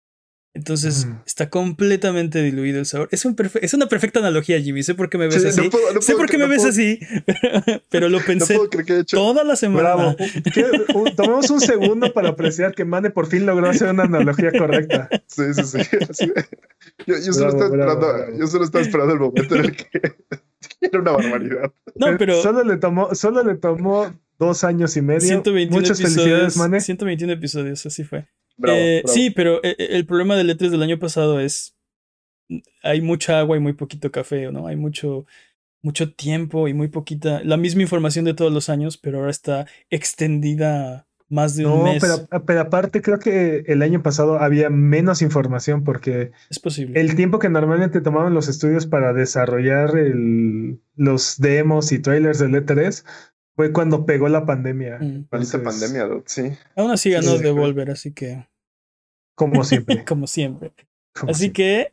Entonces está completamente diluido el sabor. Es una perfecta analogía, Jimmy. Sé por qué me ves así. Sé por qué me ves así. Pero lo pensé toda la semana. Bravo. Tomemos un segundo para apreciar que Mane por fin logró hacer una analogía correcta. Sí. Yo solo estaba esperando el momento en el que era una barbaridad. No, pero solo le tomó 2 años y medio. 121 Muchas episodios, felicidades, Mane. 121 episodios, así fue. Bravo. Sí, pero el problema del E3 del año pasado es hay mucha agua y muy poquito café, ¿no? Hay mucho tiempo y muy poquita, la misma información de todos los años, pero ahora está extendida más de un mes. Pero aparte creo que el año pasado había menos información porque es posible. El tiempo que normalmente tomaban los estudios para desarrollar los demos y trailers del E3 fue cuando pegó la pandemia. Maldita pandemia, dude, sí. Aún así ganó Devolver, así que... Como siempre. Como siempre. Así que,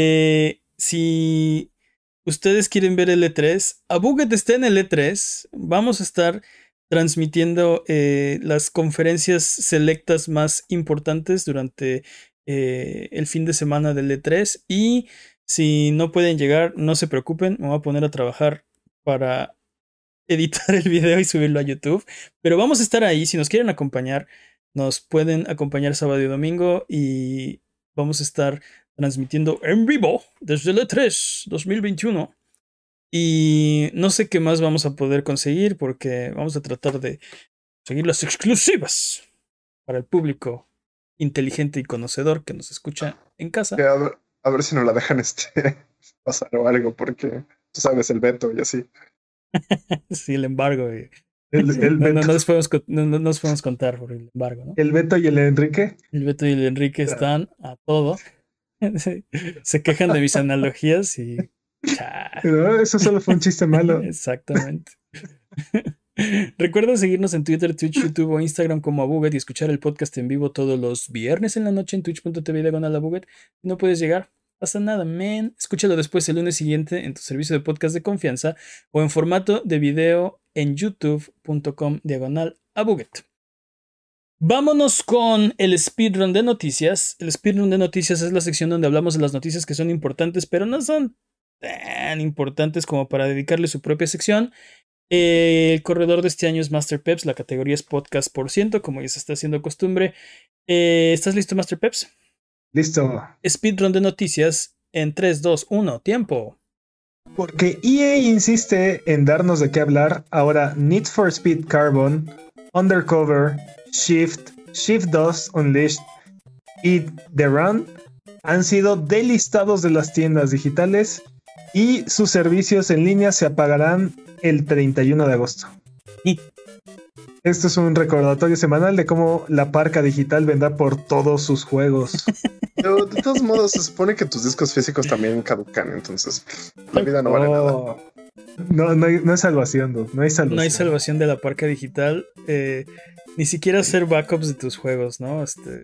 si ustedes quieren ver el E3, Abuget está en el E3. Vamos a estar transmitiendo las conferencias selectas más importantes durante el fin de semana del E3. Y si no pueden llegar, no se preocupen, me voy a poner a trabajar para editar el video y subirlo a YouTube. Pero vamos a estar ahí. Si nos quieren acompañar, nos pueden acompañar sábado y domingo y vamos a estar transmitiendo en vivo desde el E3 2021. Y no sé qué más vamos a poder conseguir porque vamos a tratar de conseguir las exclusivas para el público inteligente y conocedor que nos escucha en casa. A ver si nos la dejan pasar o algo, porque tú sabes, el veto y así. Sí, el embargo. No nos podemos contar por el embargo, ¿no? El Beto y el Enrique. El Beto y el Enrique están a todo. Se quejan de mis analogías y... No, eso solo fue un chiste malo. Exactamente. Recuerda seguirnos en Twitter, Twitch, YouTube o Instagram como Abuget y escuchar el podcast en vivo todos los viernes en la noche en twitch.tv/Abuget. Si no puedes llegar, pasa nada, man. Escúchalo después el lunes siguiente en tu servicio de podcast de confianza o en formato de video en youtube.com/Abuget. Vámonos con el speedrun de noticias. El speedrun de noticias es la sección donde hablamos de las noticias que son importantes, pero no son tan importantes como para dedicarle su propia sección. El corredor de este año es Master Peps. La categoría es podcast por ciento, como ya se está haciendo costumbre. ¿Estás listo, Master Peps? Listo. Speedrun de noticias en 3, 2, 1, tiempo. Porque EA insiste en darnos de qué hablar. Ahora Need for Speed Carbon, Undercover, Shift 2 Unleashed y The Run han sido delistados de las tiendas digitales y sus servicios en línea se apagarán el 31 de agosto. Esto es un recordatorio semanal de cómo la parca digital vendrá por todos sus juegos. Pero de todos modos se supone que tus discos físicos también caducan, entonces la vida no vale nada. No hay salvación, dude. No hay salvación. No hay salvación de la parca digital. Ni siquiera hacer backups de tus juegos, ¿no?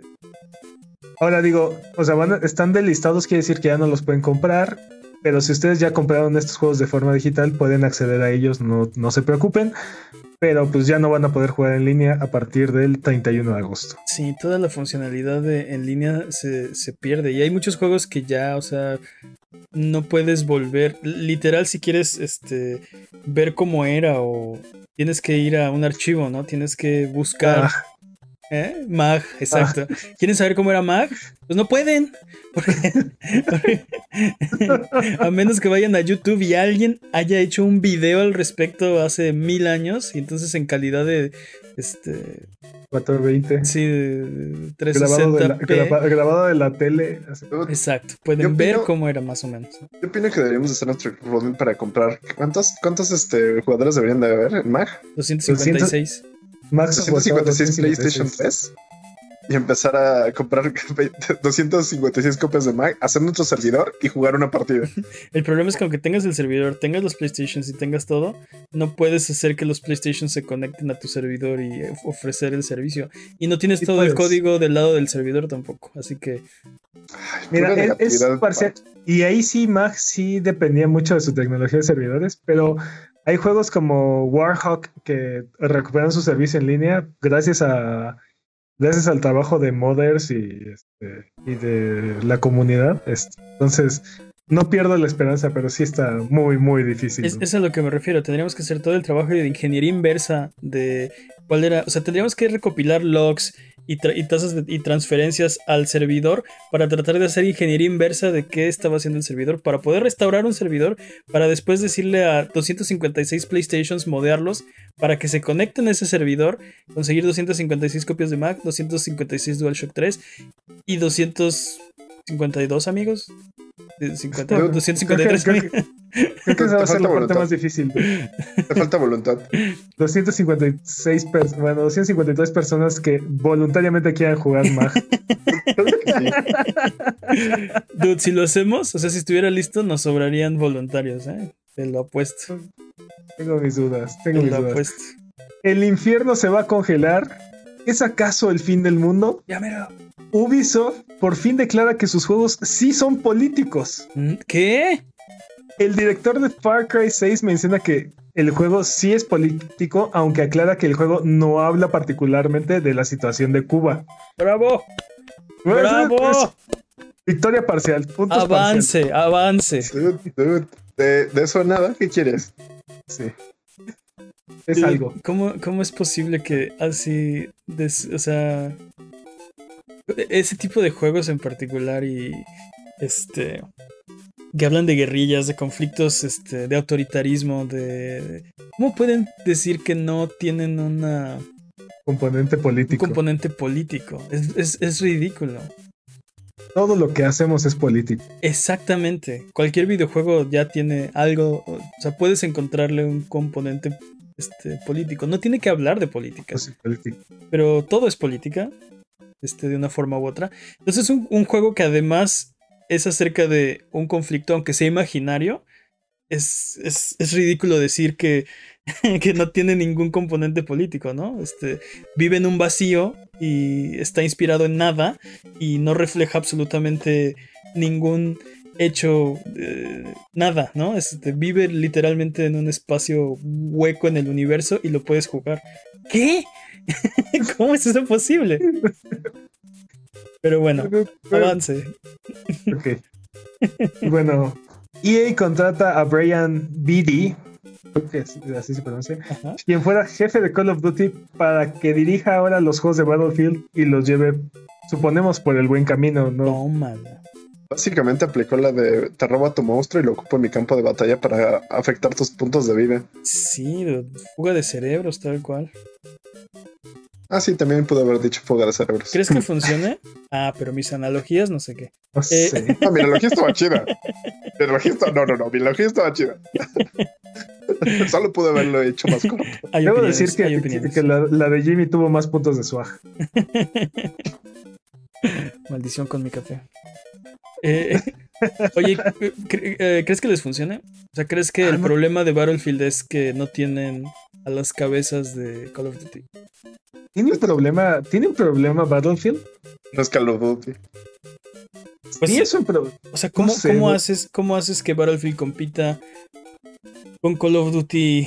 Ahora digo, o sea, están delistados, quiere decir que ya no los pueden comprar. Pero si ustedes ya compraron estos juegos de forma digital, pueden acceder a ellos, no se preocupen. Pero pues ya no van a poder jugar en línea a partir del 31 de agosto. Sí, toda la funcionalidad en línea se pierde. Y hay muchos juegos que ya, o sea, no puedes volver. Literal, si quieres ver cómo era o tienes que ir a un archivo, ¿no? Tienes que buscar... Mag, exacto. ¿Quieren saber cómo era Mag? Pues no pueden. Porque a menos que vayan a YouTube y alguien haya hecho un video al respecto hace 1000 años y entonces en calidad de 420. Sí, de 360p. Grabado de la tele. Exacto. Pueden ver cómo era más o menos. Yo opino que deberíamos hacer nuestro roadmap para comprar. ¿Cuántos jugadores deberían de haber en Mag? 256. Max 256 PlayStation 3 y empezar a comprar 256 copias de Mag, hacer nuestro servidor y jugar una partida. El problema es que aunque tengas el servidor, tengas los PlayStations y tengas todo, no puedes hacer que los PlayStations se conecten a tu servidor y ofrecer el servicio. Y no tienes todo el código del lado del servidor tampoco, así que... Mira, es parcial. Y ahí sí, Mag sí dependía mucho de su tecnología de servidores, pero... Hay juegos como Warhawk que recuperan su servicio en línea gracias a gracias al trabajo de modders y de la comunidad. Entonces, no pierdo la esperanza, pero sí está muy, muy difícil. Es a lo que me refiero. Tendríamos que hacer todo el trabajo de ingeniería inversa de cuál era. O sea, tendríamos que recopilar logs y tasas y transferencias al servidor para tratar de hacer ingeniería inversa de qué estaba haciendo el servidor, para poder restaurar un servidor, para después decirle a 256 PlayStations modearlos para que se conecten a ese servidor, conseguir 256 copias de Mac, 256 DualShock 3 y 252 amigos. 253 creo que esa va a ser la parte más difícil. Te falta voluntad. 253 personas que voluntariamente quieran jugar Mag. Dude, si lo hacemos, o sea, si estuviera listo, nos sobrarían voluntarios, ¿eh? Te lo apuesto. Tengo mis dudas. Apuesto. ¿El infierno se va a congelar? ¿Es acaso el fin del mundo? Ya mero. Ubisoft por fin declara que sus juegos sí son políticos. ¿Qué? El director de Far Cry 6 menciona que el juego sí es político, aunque aclara que el juego no habla particularmente de la situación de Cuba. ¡Bravo! ¡Bravo! Victoria parcial. Avance. Dude. De eso nada, ¿qué quieres? Sí. Es algo. ¿Cómo es posible que así, o sea, ese tipo de juegos en particular y que hablan de guerrillas, de conflictos, de autoritarismo, ¿cómo pueden decir que no tienen un componente político? Es ridículo. Todo lo que hacemos es político. Exactamente. Cualquier videojuego ya tiene algo, o sea, puedes encontrarle un componente político. No tiene que hablar de política. Sí, político. Pero todo es política, de una forma u otra. Entonces un juego que además es acerca de un conflicto, aunque sea imaginario, es ridículo decir que no tiene ningún componente político, ¿no? Vive en un vacío y está inspirado en nada y no refleja absolutamente ningún hecho, nada, ¿no? Vive literalmente en un espacio hueco en el universo y lo puedes jugar. ¿Qué? ¿Cómo es eso posible? Pero bueno, avance. Ok. Bueno, EA contrata a Brian Beattie, creo que así se pronuncia, quien fuera jefe de Call of Duty, para que dirija ahora los juegos de Battlefield y los lleve, suponemos, por el buen camino, ¿no? Tómala. Básicamente aplicó la de te robo a tu monstruo y lo ocupo en mi campo de batalla para afectar tus puntos de vida. Sí, fuga de cerebros, tal cual. Ah, sí, también pude haber dicho fuga de cerebros. ¿Crees que funcione? Pero mis analogías no sé qué. No sé. No, mi analogía estaba chida. Mi analogía estaba chida. Solo pude haberlo hecho más corto. Debo decir que la de Jimmy tuvo más puntos de swag. Maldición con mi café. Oye, ¿crees que les funcione? O sea, ¿crees que el problema de Battlefield es que no tienen a las cabezas de Call of Duty? ¿Tiene un problema Battlefield? No es Call of Duty. Pues sí, es un problema. O sea, ¿cómo haces que Battlefield compita con Call of Duty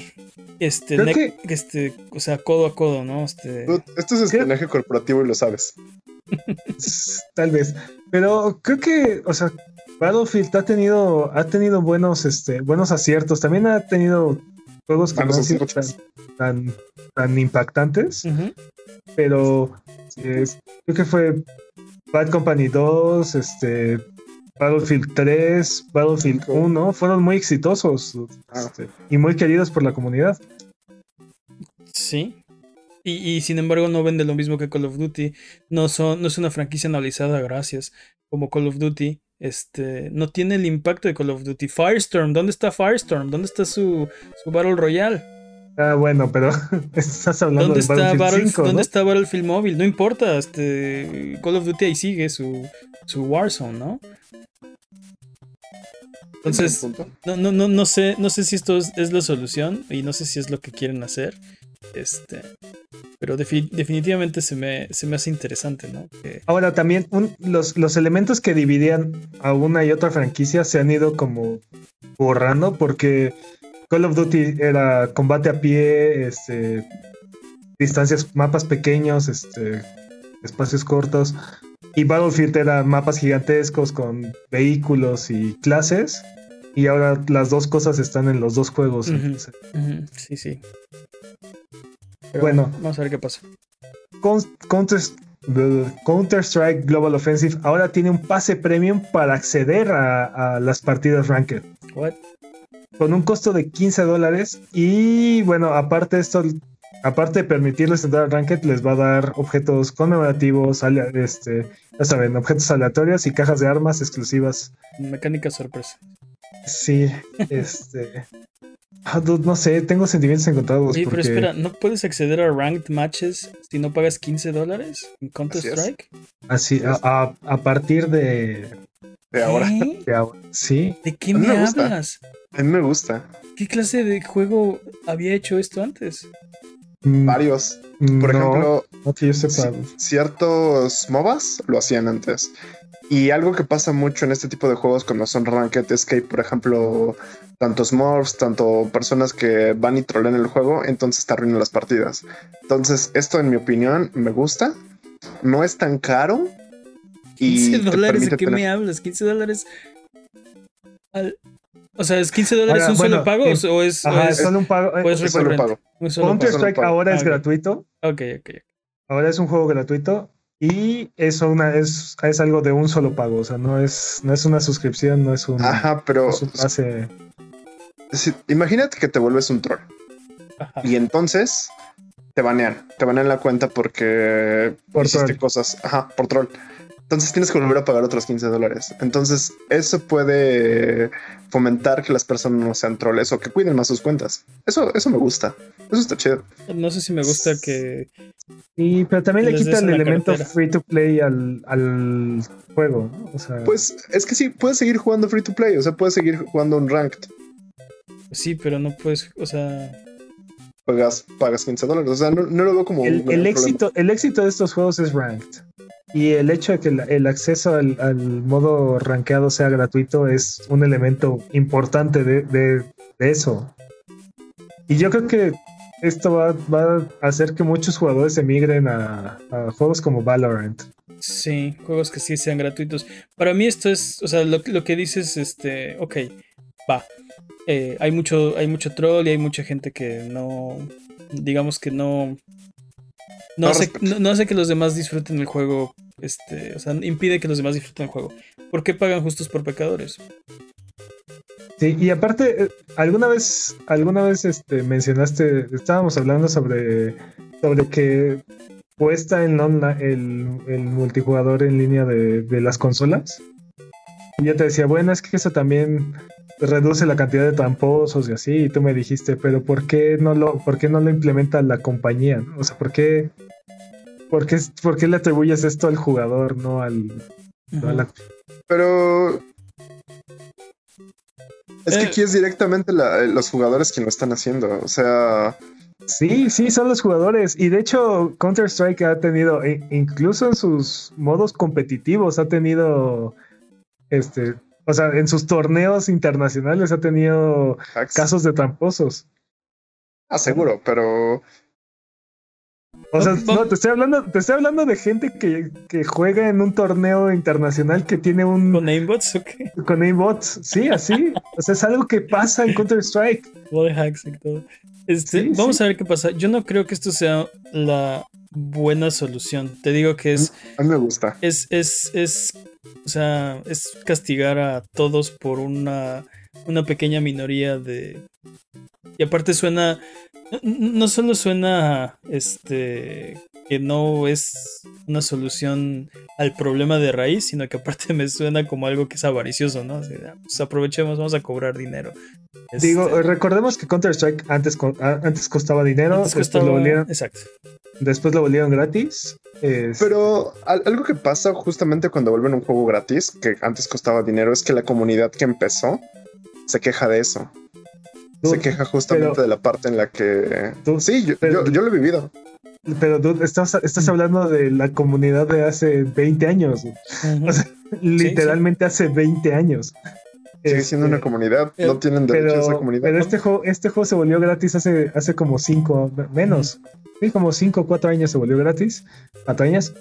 o sea, codo a codo, ¿no? Esto es espionaje corporativo y lo sabes. Tal vez. Pero creo que, o sea, Battlefield ha tenido buenos aciertos. También ha tenido juegos que no han sido tan impactantes. Uh-huh. Pero creo que fue Bad Company 2, Battlefield 3, Battlefield 1, fueron muy exitosos y muy queridos por la comunidad. Sí. Y sin embargo no vende lo mismo que Call of Duty. No es una franquicia analizada, gracias, como Call of Duty. No tiene el impacto de Call of Duty. Firestorm, ¿dónde está Firestorm? ¿Dónde está su Battle Royale? Bueno, pero estás hablando de Battlefield 5, ¿dónde ¿no? está Battlefield Móvil? No importa, Call of Duty ahí sigue su Warzone, ¿no? Entonces, no sé si esto es la solución y no sé si es lo que quieren hacer. Pero definitivamente se me hace interesante, ¿no? Ahora también los elementos que dividían a una y otra franquicia se han ido como borrando, porque Call of Duty era combate a pie, distancias, mapas pequeños, espacios cortos. Y Battlefield era mapas gigantescos con vehículos y clases. Y ahora las dos cosas están en los dos juegos. Sí, sí. Pero bueno, vamos a ver qué pasa. Counter-Strike Global Offensive ahora tiene un pase premium para acceder a las partidas ranked. What? Con un costo de $15. Y bueno, aparte de permitirles entrar al ranked, les va a dar objetos conmemorativos, ya saben, objetos aleatorios y cajas de armas exclusivas. Mecánica sorpresa. Sí, no sé, tengo sentimientos encontrados. Oye, pero espera, ¿no puedes acceder a ranked matches si no pagas $15 en Counter-Strike? Así, a partir de ahora. Sí. ¿De qué me hablas? A mí me gusta. ¿Qué clase de juego había hecho esto antes? Varios. Por ejemplo, no que yo sepa. Ciertos MOBAs lo hacían antes. Y algo que pasa mucho en este tipo de juegos cuando son ranked es que hay, por ejemplo, tantos mobs, tanto personas que van y trolean el juego, entonces te arruinan las partidas. Entonces, esto en mi opinión me gusta. No es tan caro. $15, ¿de qué me hablas? $15 O sea, ¿es $15 un solo pago o es solo un pago? Es solo pago. Counter-Strike ahora es gratuito. Ok. Ahora es un juego gratuito y es algo de un solo pago. O sea, no es una suscripción, no es un... pero... Es un pase... Imagínate que te vuelves un troll. Ajá. Y entonces te banean la cuenta porque hiciste cosas. Por troll. Entonces tienes que volver a pagar otros $15. Entonces eso puede fomentar que las personas no sean troles o que cuiden más sus cuentas. Eso me gusta. Eso está chido. No sé si me gusta que... Sí, pero también le quita el elemento free to play al juego, ¿no? O sea... Pues es que sí, puedes seguir jugando free to play. O sea, puedes seguir jugando un ranked. Sí, pero no puedes, o sea... Pagas $15. O sea, no lo veo como... El éxito de estos juegos es ranked. Y el hecho de que el acceso al modo rankeado sea gratuito es un elemento importante de eso. Y yo creo que esto va a hacer que muchos jugadores emigren a juegos como Valorant. Sí, juegos que sí sean gratuitos. Para mí esto es, o sea, lo que dices, ok, va. Hay mucho troll y hay mucha gente que no, digamos que no hace que los demás disfruten el juego, o sea, impide que los demás disfruten el juego. ¿Por qué pagan justos por pecadores? Sí, y aparte, alguna vez mencionaste, estábamos hablando sobre que cuesta el multijugador en línea de las consolas. Y yo te decía, bueno, es que eso también reduce la cantidad de tramposos y así, y tú me dijiste, pero ¿por qué no lo implementa la compañía? ¿No? O sea, ¿por qué le atribuyes esto al jugador, no al... Pero... Es que aquí es directamente los jugadores quienes lo están haciendo, o sea... Sí, son los jugadores. Y de hecho, Counter-Strike ha tenido, incluso en sus modos competitivos, ha tenido... o sea, en sus torneos internacionales ha tenido casos de tramposos. Seguro, pero... O sea, no, te estoy hablando de gente que juega en un torneo internacional que tiene un... ¿Con aimbots o qué? Con aimbots, sí, así. O sea, es algo que pasa en Counter-Strike. Wall hacks y todo. Vamos a ver qué pasa. Yo no creo que esto sea la buena solución. Te digo que es... A mí me gusta. O sea, es castigar a todos por una pequeña minoría de... Y aparte suena... No solo suena que no es una solución al problema de raíz, sino que aparte me suena como algo que es avaricioso, ¿no? Así, pues aprovechemos, vamos a cobrar dinero. Digo, recordemos que Counter-Strike antes costaba dinero, exacto. Después lo volvieron gratis. Pero algo que pasa justamente cuando vuelven un juego gratis, que antes costaba dinero, es que la comunidad que empezó se queja de eso. Se queja justamente de la parte en la que... Sí, yo lo he vivido. Pero tú estás hablando de la comunidad de hace 20 años. O sea, literalmente hace 20 años. Sigue siendo una comunidad, no tienen derecho a esa comunidad. Pero este juego se volvió gratis hace como 5, menos. Sí, como 5 o 4 años se volvió gratis. 4 años.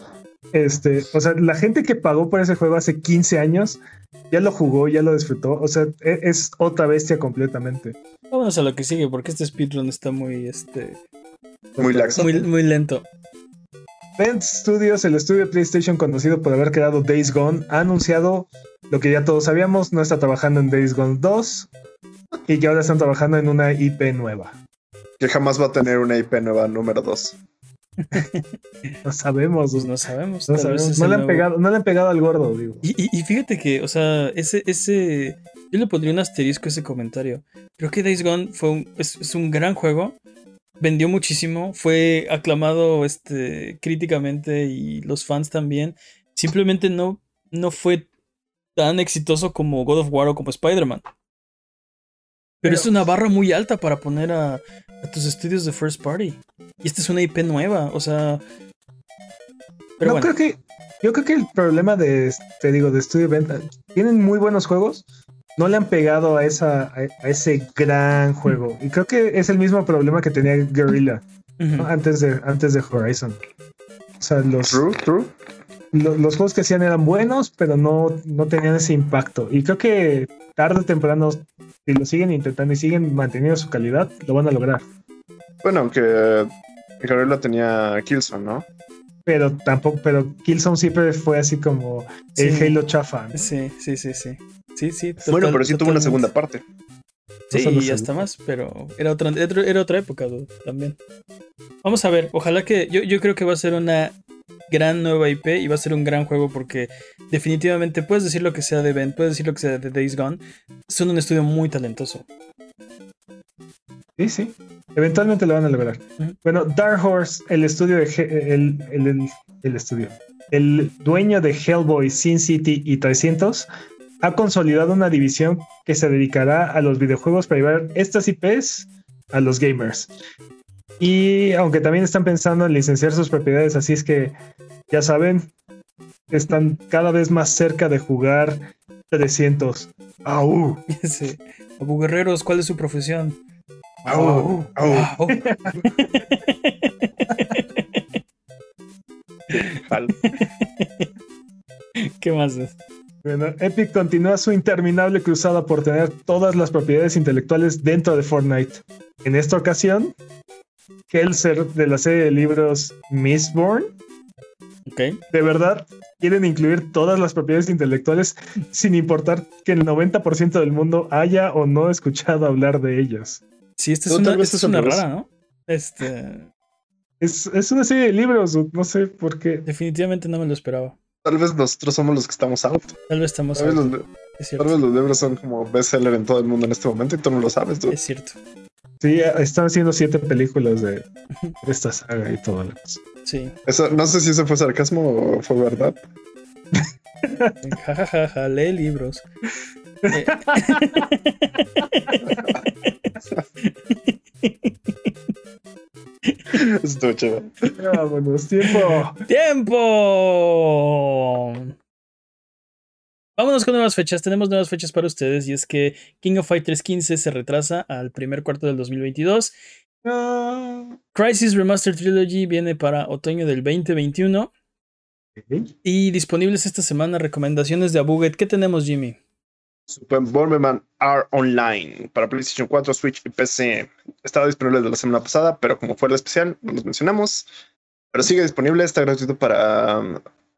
O sea, la gente que pagó por ese juego hace 15 años ya lo jugó, ya lo disfrutó. O sea, es otra bestia completamente. Vámonos a lo que sigue, porque este speedrun está muy, Muy laxo. muy lento. Bend Studios, el estudio de PlayStation conocido por haber creado Days Gone, ha anunciado lo que ya todos sabíamos, no está trabajando en Days Gone 2 y que ahora están trabajando en una IP nueva. Que jamás va a tener una IP nueva número 2. No sabemos. Pues no sabemos. No sabemos. No le han pegado al gordo, digo. Y fíjate que, o sea, yo le pondría un asterisco a ese comentario. Creo que Days Gone es un gran juego. Vendió muchísimo. Fue aclamado críticamente y los fans también. Simplemente no fue tan exitoso como God of War o como Spider-Man. Pero es una barra muy alta para poner a tus estudios de first party. Y esta es una IP nueva, o sea. Pero no, bueno. Yo creo que el problema de Studio Venta, tienen muy buenos juegos, no le han pegado a ese gran juego. Y creo que es el mismo problema que tenía Guerrilla, ¿no? antes de Horizon. O sea, True. Los juegos que hacían eran buenos, pero no tenían ese impacto. Y creo que tarde o temprano, si lo siguen intentando y siguen manteniendo su calidad, lo van a lograr. Bueno, aunque Guerrilla tenía Killzone, ¿no? Pero Killzone siempre fue así como el Halo chafa, ¿no? Sí. Bueno, pero sí tuvo una segunda parte. Sí, y hasta más, pero era otra época también. Vamos a ver, ojalá que. Yo creo que va a ser una gran nueva IP y va a ser un gran juego porque definitivamente puedes decir lo que sea de Bend, puedes decir lo que sea de Days Gone. Son un estudio muy talentoso. Sí. Eventualmente lo van a lograr. Bueno, Dark Horse, el estudio el dueño de Hellboy, Sin City y 300, ha consolidado una división que se dedicará a los videojuegos para llevar estas IPs a los gamers. Y aunque también están pensando en licenciar sus propiedades, así es que, ya saben, están cada vez más cerca de jugar 300. ¡Au! Sí. Abu Guerreros, ¿cuál es su profesión? ¡Au! ¿Qué más es? Bueno, Epic continúa su interminable cruzada por tener todas las propiedades intelectuales dentro de Fortnite. En esta ocasión, Kelser, de la serie de libros Mistborn, de verdad quieren incluir todas las propiedades intelectuales sin importar que el 90% del mundo haya o no escuchado hablar de ellas. Sí, esta es una rara, ¿no? Es una serie de libros, no sé por qué. Definitivamente no me lo esperaba. Tal vez nosotros somos los que estamos out. Tal vez estamos out. Tal vez los libros son como bestseller en todo el mundo en este momento y tú no lo sabes, ¿tú? Es cierto. Sí, están haciendo 7 películas de esta saga y todo lo demás. Sí. No sé si eso fue sarcasmo o fue verdad. Jajaja, lee libros. Estuvo chido. Vámonos, ¡tiempo! Vámonos con nuevas fechas. Tenemos nuevas fechas para ustedes y es que King of Fighters 15 se retrasa al primer cuarto del 2022. Crisis Remastered Trilogy viene para otoño del 2021. Y disponibles esta semana recomendaciones de Abuget. ¿Qué tenemos, Jimmy? Super Bomberman R Online para PlayStation 4, Switch y PC. Estaba disponible desde la semana pasada, pero como fue el especial, no los mencionamos. Pero sigue disponible, está gratuito para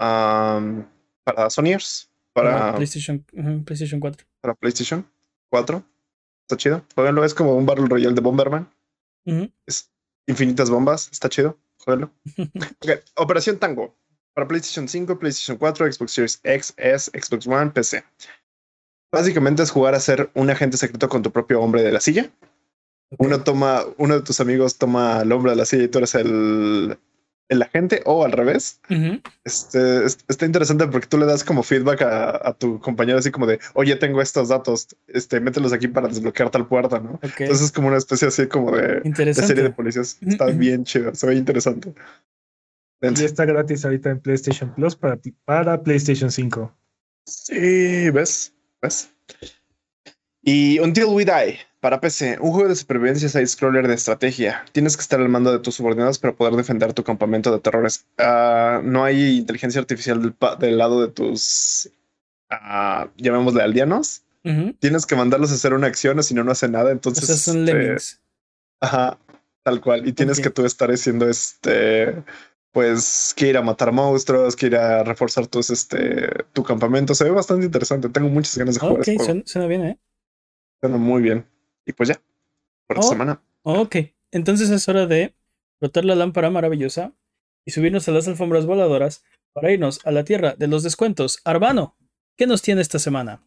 Sonyers. Para PlayStation 4. Para PlayStation 4. Está chido. Jueguenlo, es como un Battle Royale de Bomberman. Es infinitas bombas, está chido. Jueguenlo. Okay. Operación Tango. Para PlayStation 5, PlayStation 4, Xbox Series X, S, Xbox One, PC. Básicamente es jugar a ser un agente secreto con tu propio hombre de la silla. Okay. Uno de tus amigos toma al hombre de la silla y tú eres el agente, o al revés. Está interesante porque tú le das como feedback a tu compañero, así como de, oye, tengo estos datos, mételos aquí para desbloquear tal puerta, ¿no? Okay. Entonces es como una especie así como de serie de policías. Está bien chido, se ve interesante. Y está gratis ahorita en PlayStation Plus para PlayStation 5. Sí, ¿ves? Y Until We Die Para PC, un juego de supervivencia side-scroller de estrategia. Tienes que estar al mando de tus subordinados para poder defender tu campamento de terrores. No hay inteligencia artificial del lado de tus, llamémosle aldeanos. Tienes que mandarlos a hacer una acción o si no, no hace nada. Entonces, o sea, son lemmings. Ajá, tal cual. Y tienes que tú estar haciendo pues que ir a matar monstruos, que ir a reforzar tu campamento. Se ve bastante interesante. Tengo muchas ganas de jugar. Ok, suena bien, ¿eh? Suena muy bien. Y pues ya, por esta semana. Ok, entonces es hora de frotar la lámpara maravillosa y subirnos a las alfombras voladoras para irnos a la tierra de los descuentos. Arbano, ¿qué nos tiene esta semana?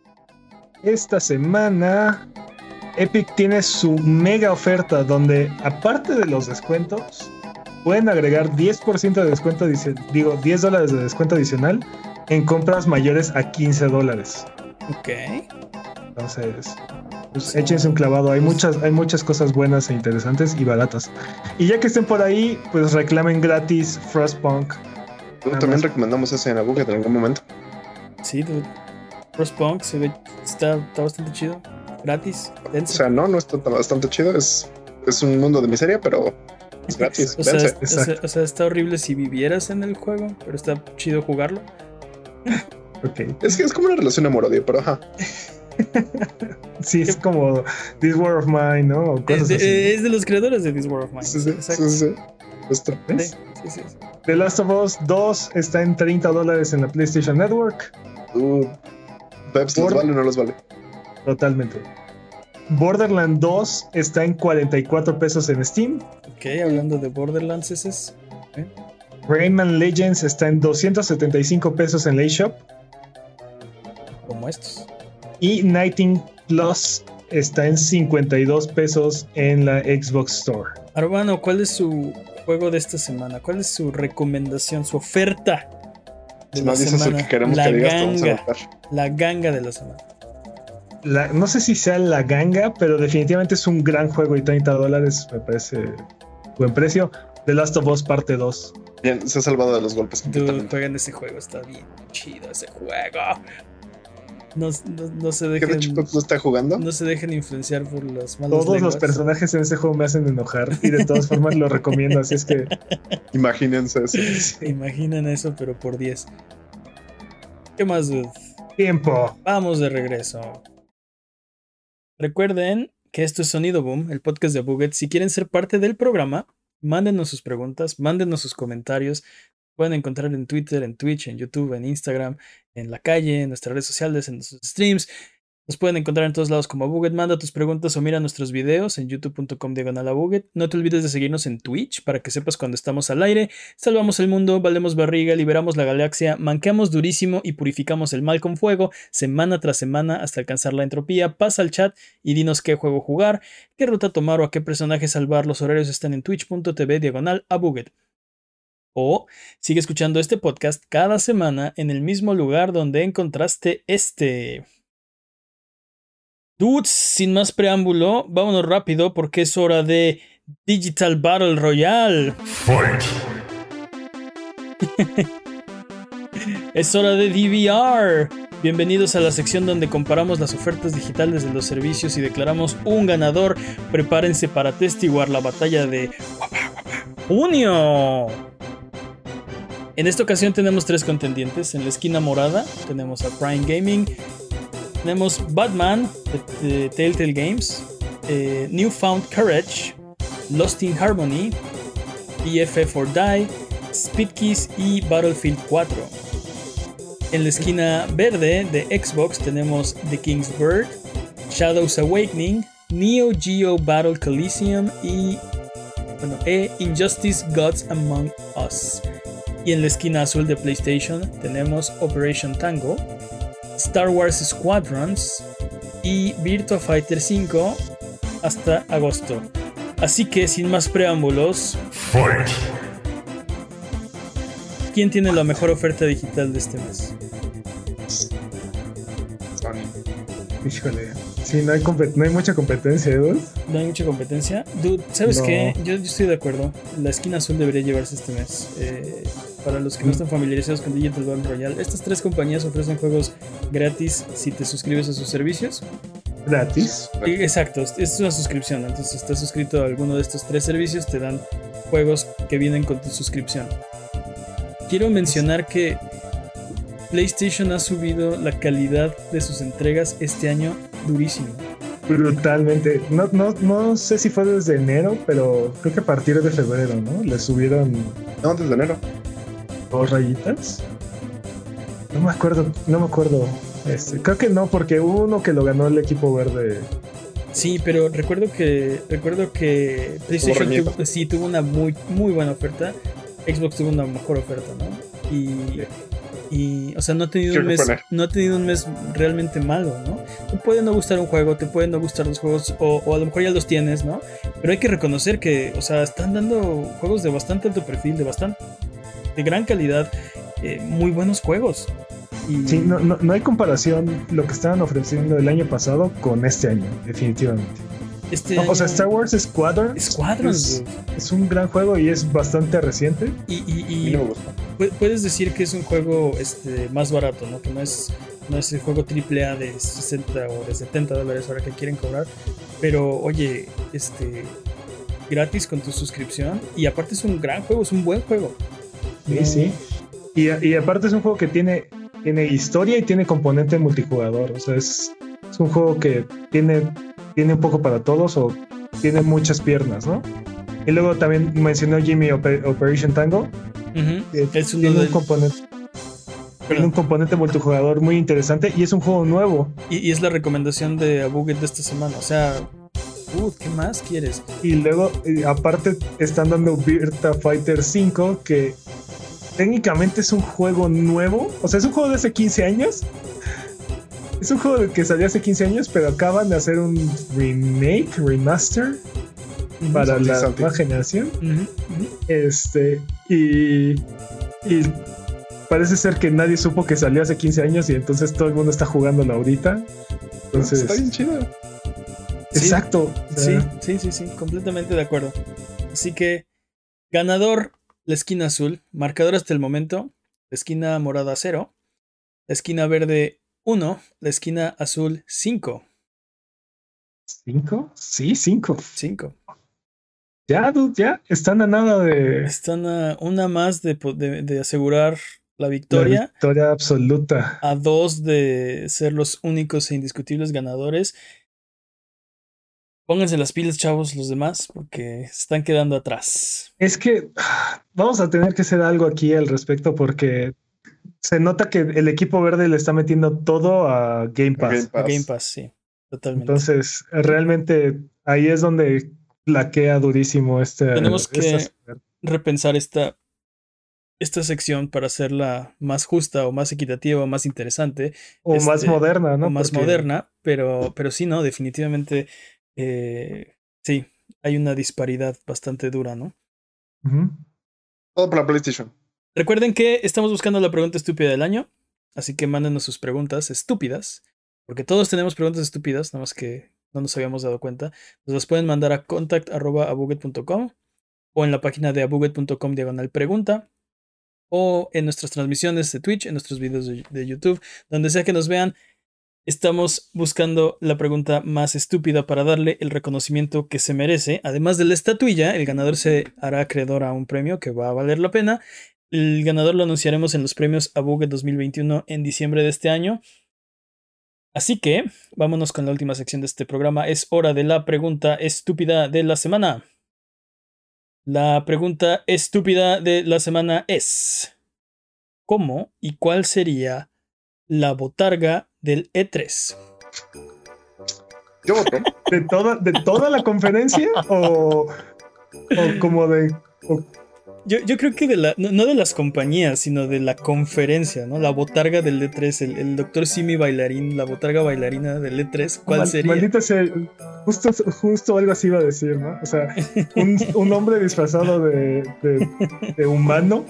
Esta semana Epic tiene su mega oferta donde, aparte de los descuentos, pueden agregar 10% de descuento adicional, $10 de descuento adicional en compras mayores a $15. Ok. Entonces, pues échense un clavado. Hay muchas cosas buenas e interesantes y baratas. Y ya que estén por ahí, pues reclamen gratis Frostpunk. También recomendamos ese en Abuget en algún momento. Sí, dude. Frostpunk está bastante chido. Gratis. Dense. O sea, no está bastante chido. Es un mundo de miseria, pero es gratis. O sea, está horrible si vivieras en el juego, pero está chido jugarlo. Okay. Es que es como una relación amor-odio, pero ajá. Sí, es como This War of Mine, ¿no? O cosas así. Es de los creadores de This War of Mine. Sí. Justo. ¿Ves? Sí. The Last of Us 2 está en $30 en la PlayStation Network. Peps, ¿los vale o no los vale? Totalmente. Borderlands 2 está en $44 en Steam. Ok, hablando de Borderlands, ese es. Rayman Legends está en $275 en la eShop. Como estos. Y Nighting Plus está en $52 en la Xbox Store. Arbano, ¿cuál es su juego de esta semana? ¿Cuál es su recomendación, su oferta de la semana? Que queremos que digas, la ganga de la semana. No sé si sea la ganga, pero definitivamente es un gran juego y $30 me parece buen precio. The Last of Us Parte 2. Bien, se ha salvado de los golpes. Dude, jueguen ese juego, está bien chido ese juego. No se dejen. ¿Qué de Chico tú estás jugando? No se dejen influenciar por las malas Todos lenguas. los personajes en ese juego me hacen enojar y de todas formas lo recomiendo, así es que imagínense eso. Imaginen eso, pero por 10. ¿Qué más, dude? Tiempo. Vamos de regreso. Recuerden que esto es Sonido Boom, el podcast de Abuget. Si quieren ser parte del programa, mándenos sus preguntas, mándenos sus comentarios. Pueden encontrar en Twitter, en Twitch, en YouTube, en Instagram, en la calle, en nuestras redes sociales, en nuestros streams. Nos pueden encontrar en todos lados como Abuget. Manda tus preguntas o mira nuestros videos en youtube.com/Abuget. No te olvides de seguirnos en Twitch para que sepas cuando estamos al aire. Salvamos el mundo, valemos barriga, liberamos la galaxia, manqueamos durísimo y purificamos el mal con fuego, semana tras semana hasta alcanzar la entropía. Pasa al chat y dinos qué juego jugar, qué ruta tomar o a qué personaje salvar. Los horarios están en twitch.tv/Abuget. O sigue escuchando este podcast cada semana en el mismo lugar donde encontraste este. Dudes, sin más preámbulo, vámonos rápido porque es hora de Digital Battle Royale. Fight. Es hora de DVR. Bienvenidos a la sección donde comparamos las ofertas digitales de los servicios y declaramos un ganador. Prepárense para testiguar la batalla de junio. En esta ocasión tenemos 3 contendientes. En la esquina morada tenemos a Prime Gaming. Tenemos Batman de Telltale Games, Newfound Courage, Lost in Harmony, BFF or Die, Speedkeys y Battlefield 4. En la esquina verde de Xbox tenemos The King's Bird, Shadows Awakening, Neo Geo Battle Coliseum y Injustice Gods Among Us. Y en la esquina azul de PlayStation tenemos Operation Tango, Star Wars Squadrons y Virtua Fighter 5 hasta agosto. Así que sin más preámbulos, Fight. ¿Quién tiene la mejor oferta digital de este mes? Híjole. Sí, no hay mucha competencia, ¿eh? No hay mucha competencia. Dude, ¿sabes qué? Yo estoy de acuerdo. La esquina azul debería llevarse este mes. Para los que no están familiarizados con Digital Battle Royale, estas 3 compañías ofrecen juegos gratis si te suscribes a sus servicios. Gratis. Exacto, es una suscripción. Entonces, si estás suscrito a alguno de estos 3 servicios, te dan juegos que vienen con tu suscripción. Quiero mencionar que PlayStation ha subido la calidad de sus entregas este año durísimo. Brutalmente. No sé si fue desde enero, pero creo que a partir de febrero, ¿no? Le subieron No, desde enero. 2 rayitas. No me acuerdo. Creo que no, porque hubo uno que lo ganó el equipo verde. Sí, pero recuerdo que PlayStation tuvo una muy, muy buena oferta. Xbox tuvo una mejor oferta, ¿no? Y o sea, no ha tenido un mes realmente malo, ¿no? Te puede no gustar un juego, te pueden no gustar los juegos, o a lo mejor ya los tienes, ¿no? Pero hay que reconocer que, o sea, están dando juegos de bastante alto perfil, de gran calidad, muy buenos juegos. Sí, no hay comparación lo que estaban ofreciendo el año pasado con este año, definitivamente. O sea, Star Wars Squadron es un gran juego y es bastante reciente. Y puedes decir que es un juego más barato, ¿no? Que no es el juego AAA de 60 o de $70 ahora que quieren cobrar. Pero, oye, gratis con tu suscripción. Y aparte es un gran juego, es un buen juego. Sí. Y aparte es un juego que tiene historia y tiene componente multijugador. O sea, es un juego que tiene un poco para todos o tiene muchas piernas, ¿no? Y luego también mencionó Jimmy Operation Tango. Tiene un componente multijugador muy interesante y es un juego nuevo. Y es la recomendación de Abuget de esta semana. O sea, ¿qué más quieres? Y luego, aparte, están dando Virtua Fighter 5, que técnicamente es un juego nuevo. O sea, es un juego de hace 15 años. Es un juego que salió hace 15 años, pero acaban de hacer un remaster para la nueva generación. Y parece ser que nadie supo que salió hace 15 años y entonces todo el mundo está jugándolo ahorita. Entonces, está bien chido. Exacto. Sí, completamente de acuerdo. Así que, ganador, la esquina azul. Marcador hasta el momento: la esquina morada 0, la esquina verde 1, la esquina azul 5. ¿5? Sí, 5. 5. Ya, dude, ya. Están a nada de... Están a una más de asegurar la victoria. La victoria absoluta. A 2 de ser los únicos e indiscutibles ganadores. Pónganse las pilas, chavos, los demás, porque se están quedando atrás. Es que vamos a tener que hacer algo aquí al respecto porque se nota que el equipo verde le está metiendo todo a Game Pass. A Game Pass, sí, totalmente. Entonces, realmente ahí es donde laquea durísimo Tenemos que repensar esta sección para hacerla más justa o más equitativa o más interesante. O más moderna, ¿no? O más moderna, pero sí, no, definitivamente sí, hay una disparidad bastante dura, ¿no? Todo para PlayStation. Recuerden que estamos buscando la pregunta estúpida del año, así que mándenos sus preguntas estúpidas, porque todos tenemos preguntas estúpidas, nada más que no nos habíamos dado cuenta. Nos las pueden mandar a contact@abuget.com o en la página de abuget.com/pregunta o en nuestras transmisiones de Twitch, en nuestros videos de YouTube, donde sea que nos vean. Estamos buscando la pregunta más estúpida para darle el reconocimiento que se merece. Además de la estatuilla, el ganador se hará acreedor a un premio que va a valer la pena. El ganador lo anunciaremos en los premios Abuget 2021 en diciembre de este año. Así que vámonos con la última sección de este programa. Es hora de la pregunta estúpida de la semana. La pregunta estúpida de la semana es: ¿cómo y cuál sería la botarga del E3? Yo voté. ¿De toda la conferencia? ¿O como de...? Yo creo que no de las compañías, sino de la conferencia, ¿no? La botarga del E3, el Dr. Simi bailarín, la botarga bailarina del E3, ¿cuál sería? Maldita sea, justo algo así iba a decir, ¿no? O sea, un hombre disfrazado de humano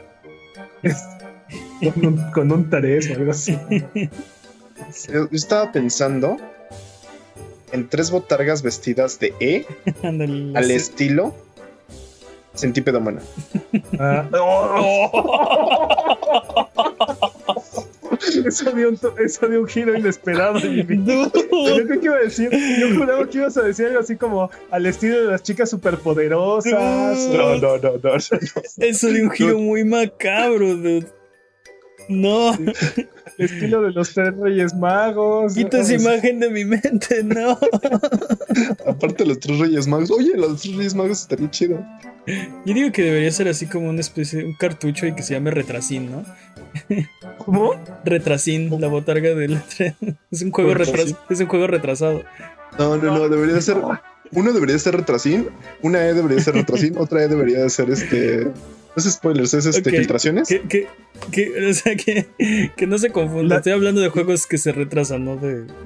con un Tarés o algo así. Yo estaba pensando en 3 botargas vestidas de al estilo Centípedo humana. Eso dio un giro inesperado. No. Yo creo que iba a decir, yo juraba que ibas a decir algo así como al estilo de las chicas superpoderosas. No. Eso dio un giro muy macabro, dude. No. Sí. El estilo de los 3 Reyes Magos. Quita esa imagen de mi mente, no. Aparte de los 3 Reyes Magos. Oye, los 3 Reyes Magos estaría chido. Yo digo que debería ser así como una especie, un cartucho y que se llame Retrasín, ¿no? ¿Cómo? Retrasín, la botarga del E3. Es un juego retrasado. No, debería ser. Uno debería ser Retrasín, una E debería ser Retrasín, otra E debería de ser No es spoilers, es Okay. filtraciones. O sea, que no se confunda. Estoy hablando de juegos que se retrasan, ¿no?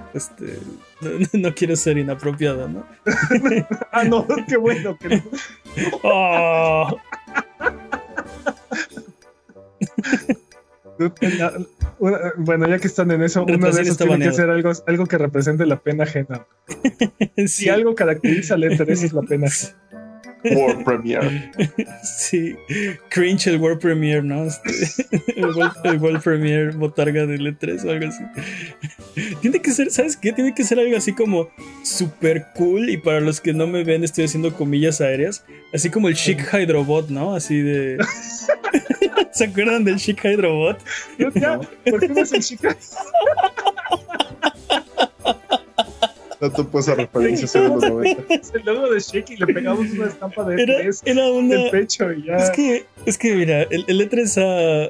No quiero ser inapropiado, ¿no? No, qué bueno que no. Oh. Bueno, ya que están en eso, uno de esos tiene que ser algo que represente la pena ajena. Sí. Si algo caracteriza al E3 es la pena ajena. World Premiere. Sí, cringe el World Premiere, ¿no? El World Premiere botarga del E3 o algo así. Tiene que ser, ¿sabes qué? Tiene que ser algo así como super cool. Y para los que no me ven, estoy haciendo comillas aéreas. Así como el Chic Hydrobot, ¿no? Así de. ¿Se acuerdan del Chic Hydrobot? No. ¿Por qué no es el Chic? No te puedes a referencias de los 90. El logo de Shake y le pegamos una estampa de E3 era una... del pecho y ya. Es que mira, el E3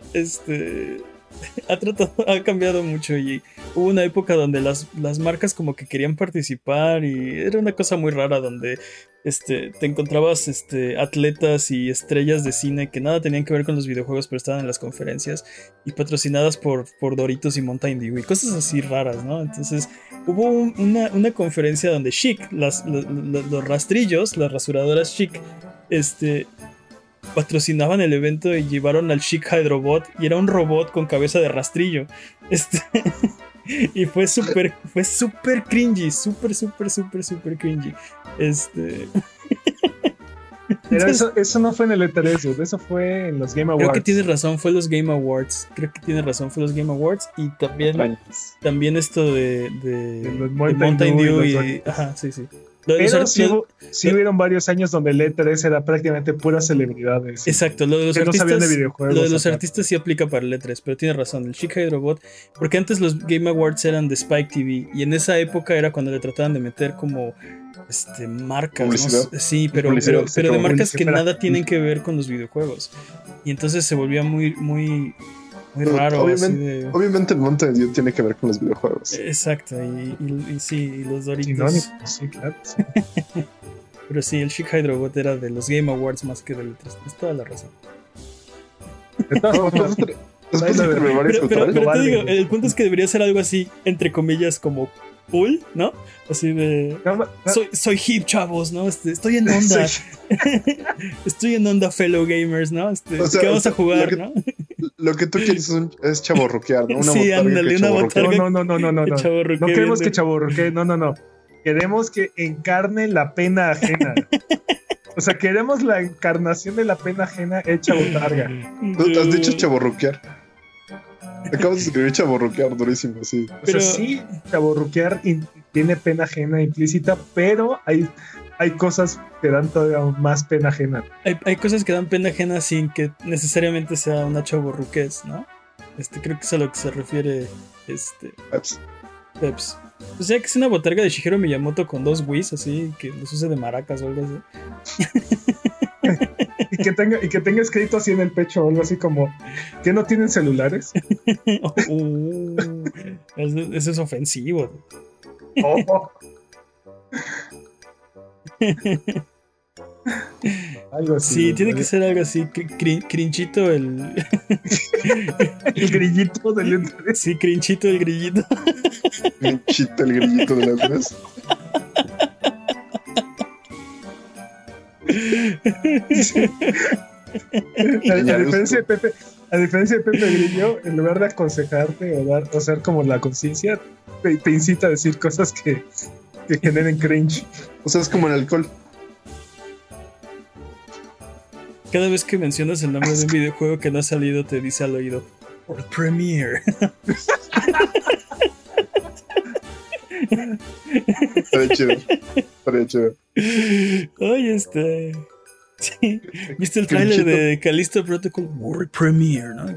ha cambiado mucho y hubo una época donde las marcas como que querían participar y era una cosa muy rara donde te encontrabas atletas y estrellas de cine que nada tenían que ver con los videojuegos pero estaban en las conferencias y patrocinadas por Doritos y Mountain Dew y cosas así raras, ¿no? Entonces hubo una conferencia donde Chic, los rastrillos, las rasuradoras Chic, patrocinaban el evento y llevaron al Chic Hydrobot y era un robot con cabeza de rastrillo. Y fue súper cringy, súper cringy. Pero eso no fue en el E3, eso fue en los Game Awards. Creo que tienes razón, fue los Game Awards. Y también esto de Mountain Dew y... Ajá, sí. Pero sí hubieron varios años donde el E3 era prácticamente puras celebridades. Exacto, lo de los artistas, no sabían de videojuegos. Lo de los artistas sí aplica para el E3, pero tienes razón, el Chic Hydrobot, porque antes los Game Awards eran de Spike TV y en esa época era cuando le trataban de meter como marcas, ¿no? Sí, pero de marcas que nada tienen que ver con los videojuegos. Y entonces se volvía muy raro. Obviamente el Mountain Dew tiene que ver con los videojuegos. Exacto, y sí, y los Doritos. Sí, claro. Sí. Pero sí, el Chic Hydrobot era de los Game Awards más que del E3. Es toda la razón. Pero te digo, el punto es que debería ser algo así, entre comillas, como cool, ¿no? Así de... Soy hip, chavos, ¿no? Estoy en onda. Estoy en onda, fellow gamers, ¿no? ¿Qué vamos a jugar, no? Lo que tú quieres es chavorruquear, ¿no? Sí, ándale, una botarga. No. No queremos que chavorruquee, no. Queremos que encarne la pena ajena. O sea, queremos la encarnación de la pena ajena hecha botarga. ¿Tú te has dicho chavorruquear? Acabas de escribir chavorruquear, durísimo, sí. Pero sí, chavorruquear tiene pena ajena implícita, pero hay cosas que dan todavía más pena ajena. Hay cosas que dan pena ajena sin que necesariamente sea una chavorruquez, ¿no? Creo que es a lo que se refiere Peps. O sea, que es una botarga de Shigeru Miyamoto con 2 Wii's así, que los use de maracas o algo así. y que tenga escrito así en el pecho o algo así como ¿que no tienen celulares? Eso es ofensivo. Algo así. Sí, tiene que ser algo así. Crinchito el grillito del E3. Sí, crinchito el grillito. Crinchito el grillito del E3. A diferencia de Pepe Grillo, en lugar de aconsejarte o ser como la conciencia, te incita a decir cosas que generen cringe. O sea, es como el alcohol. Cada vez que mencionas el nombre de un videojuego que no ha salido, te dice al oído: World Premiere. Estaría chido. Oye, sí. ¿Viste el tráiler de Callisto Protocol? World Premiere, ¿no?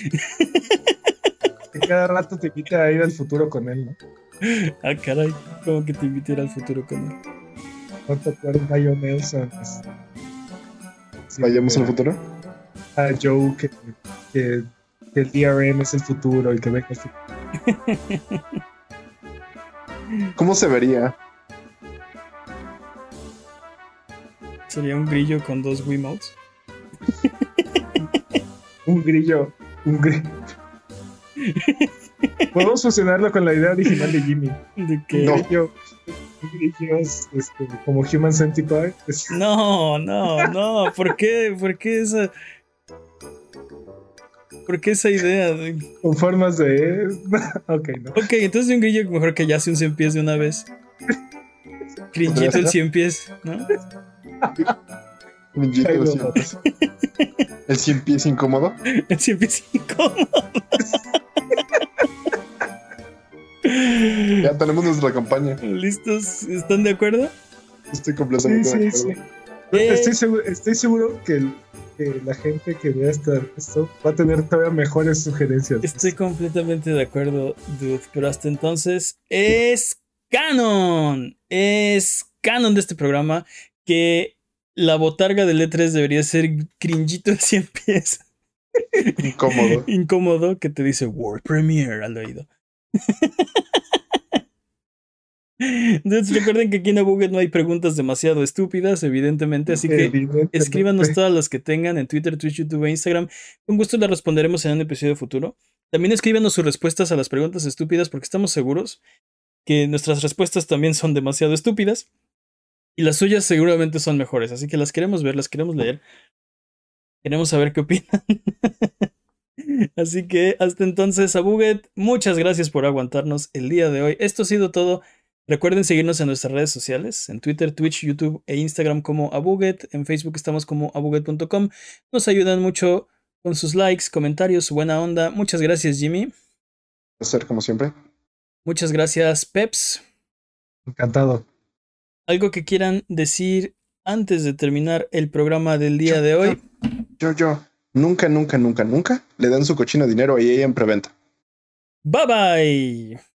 Cada rato te invita a ir al futuro con él, ¿no? Ah, caray, como que te invité a ir al futuro con él. ¿No te acuerdas de Mayo Nelson? ¿Vayamos al futuro? A Joe, que el DRM es el futuro y que venga el futuro. ¿Cómo se vería? ¿Sería un grillo con 2 Wiimotes? Un grillo. Podemos fusionarlo con la idea original de Jimmy. ¿De qué? No. Grillos como Human Centipede. No. ¿Por qué esa? ¿Por qué esa idea? Con formas de... Ok, no. Ok, entonces de un grillo mejor que ya hace un 100 pies de una vez. Cringito el 100 pies, ¿no? El 100 pies incómodo. El 100 pies incómodo. Ya tenemos nuestra campaña. ¿Listos? ¿Están de acuerdo? Estoy completamente de acuerdo. Estoy seguro que la gente que vea esto va a tener todavía mejores sugerencias. Estoy completamente de acuerdo, dude. Pero hasta entonces es canon. Es canon de este programa que la botarga del E3 debería ser cringito de 100 pies. Incómodo. Incómodo que te dice World Premiere al oído. Entonces recuerden que aquí en Abuget no hay preguntas demasiado estúpidas, evidentemente, así que escríbanos todas las que tengan en Twitter, Twitch, YouTube e Instagram. Con gusto las responderemos en un episodio futuro. También escríbanos sus respuestas a las preguntas estúpidas porque estamos seguros que nuestras respuestas también son demasiado estúpidas y las suyas seguramente son mejores, así que las queremos ver, las queremos leer. Queremos saber qué opinan. Así que hasta entonces, Abuget, muchas gracias por aguantarnos el día de hoy. Esto ha sido todo. Recuerden seguirnos en nuestras redes sociales, en Twitter, Twitch, YouTube e Instagram como Abuget. En Facebook estamos como abuget.com. Nos ayudan mucho con sus likes, comentarios, su buena onda. Muchas gracias, Jimmy. Placer, como siempre. Muchas gracias, Peps. Encantado. ¿Algo que quieran decir antes de terminar el programa del día de hoy? Yo. Nunca le dan su cochino dinero a EA en preventa. Bye bye.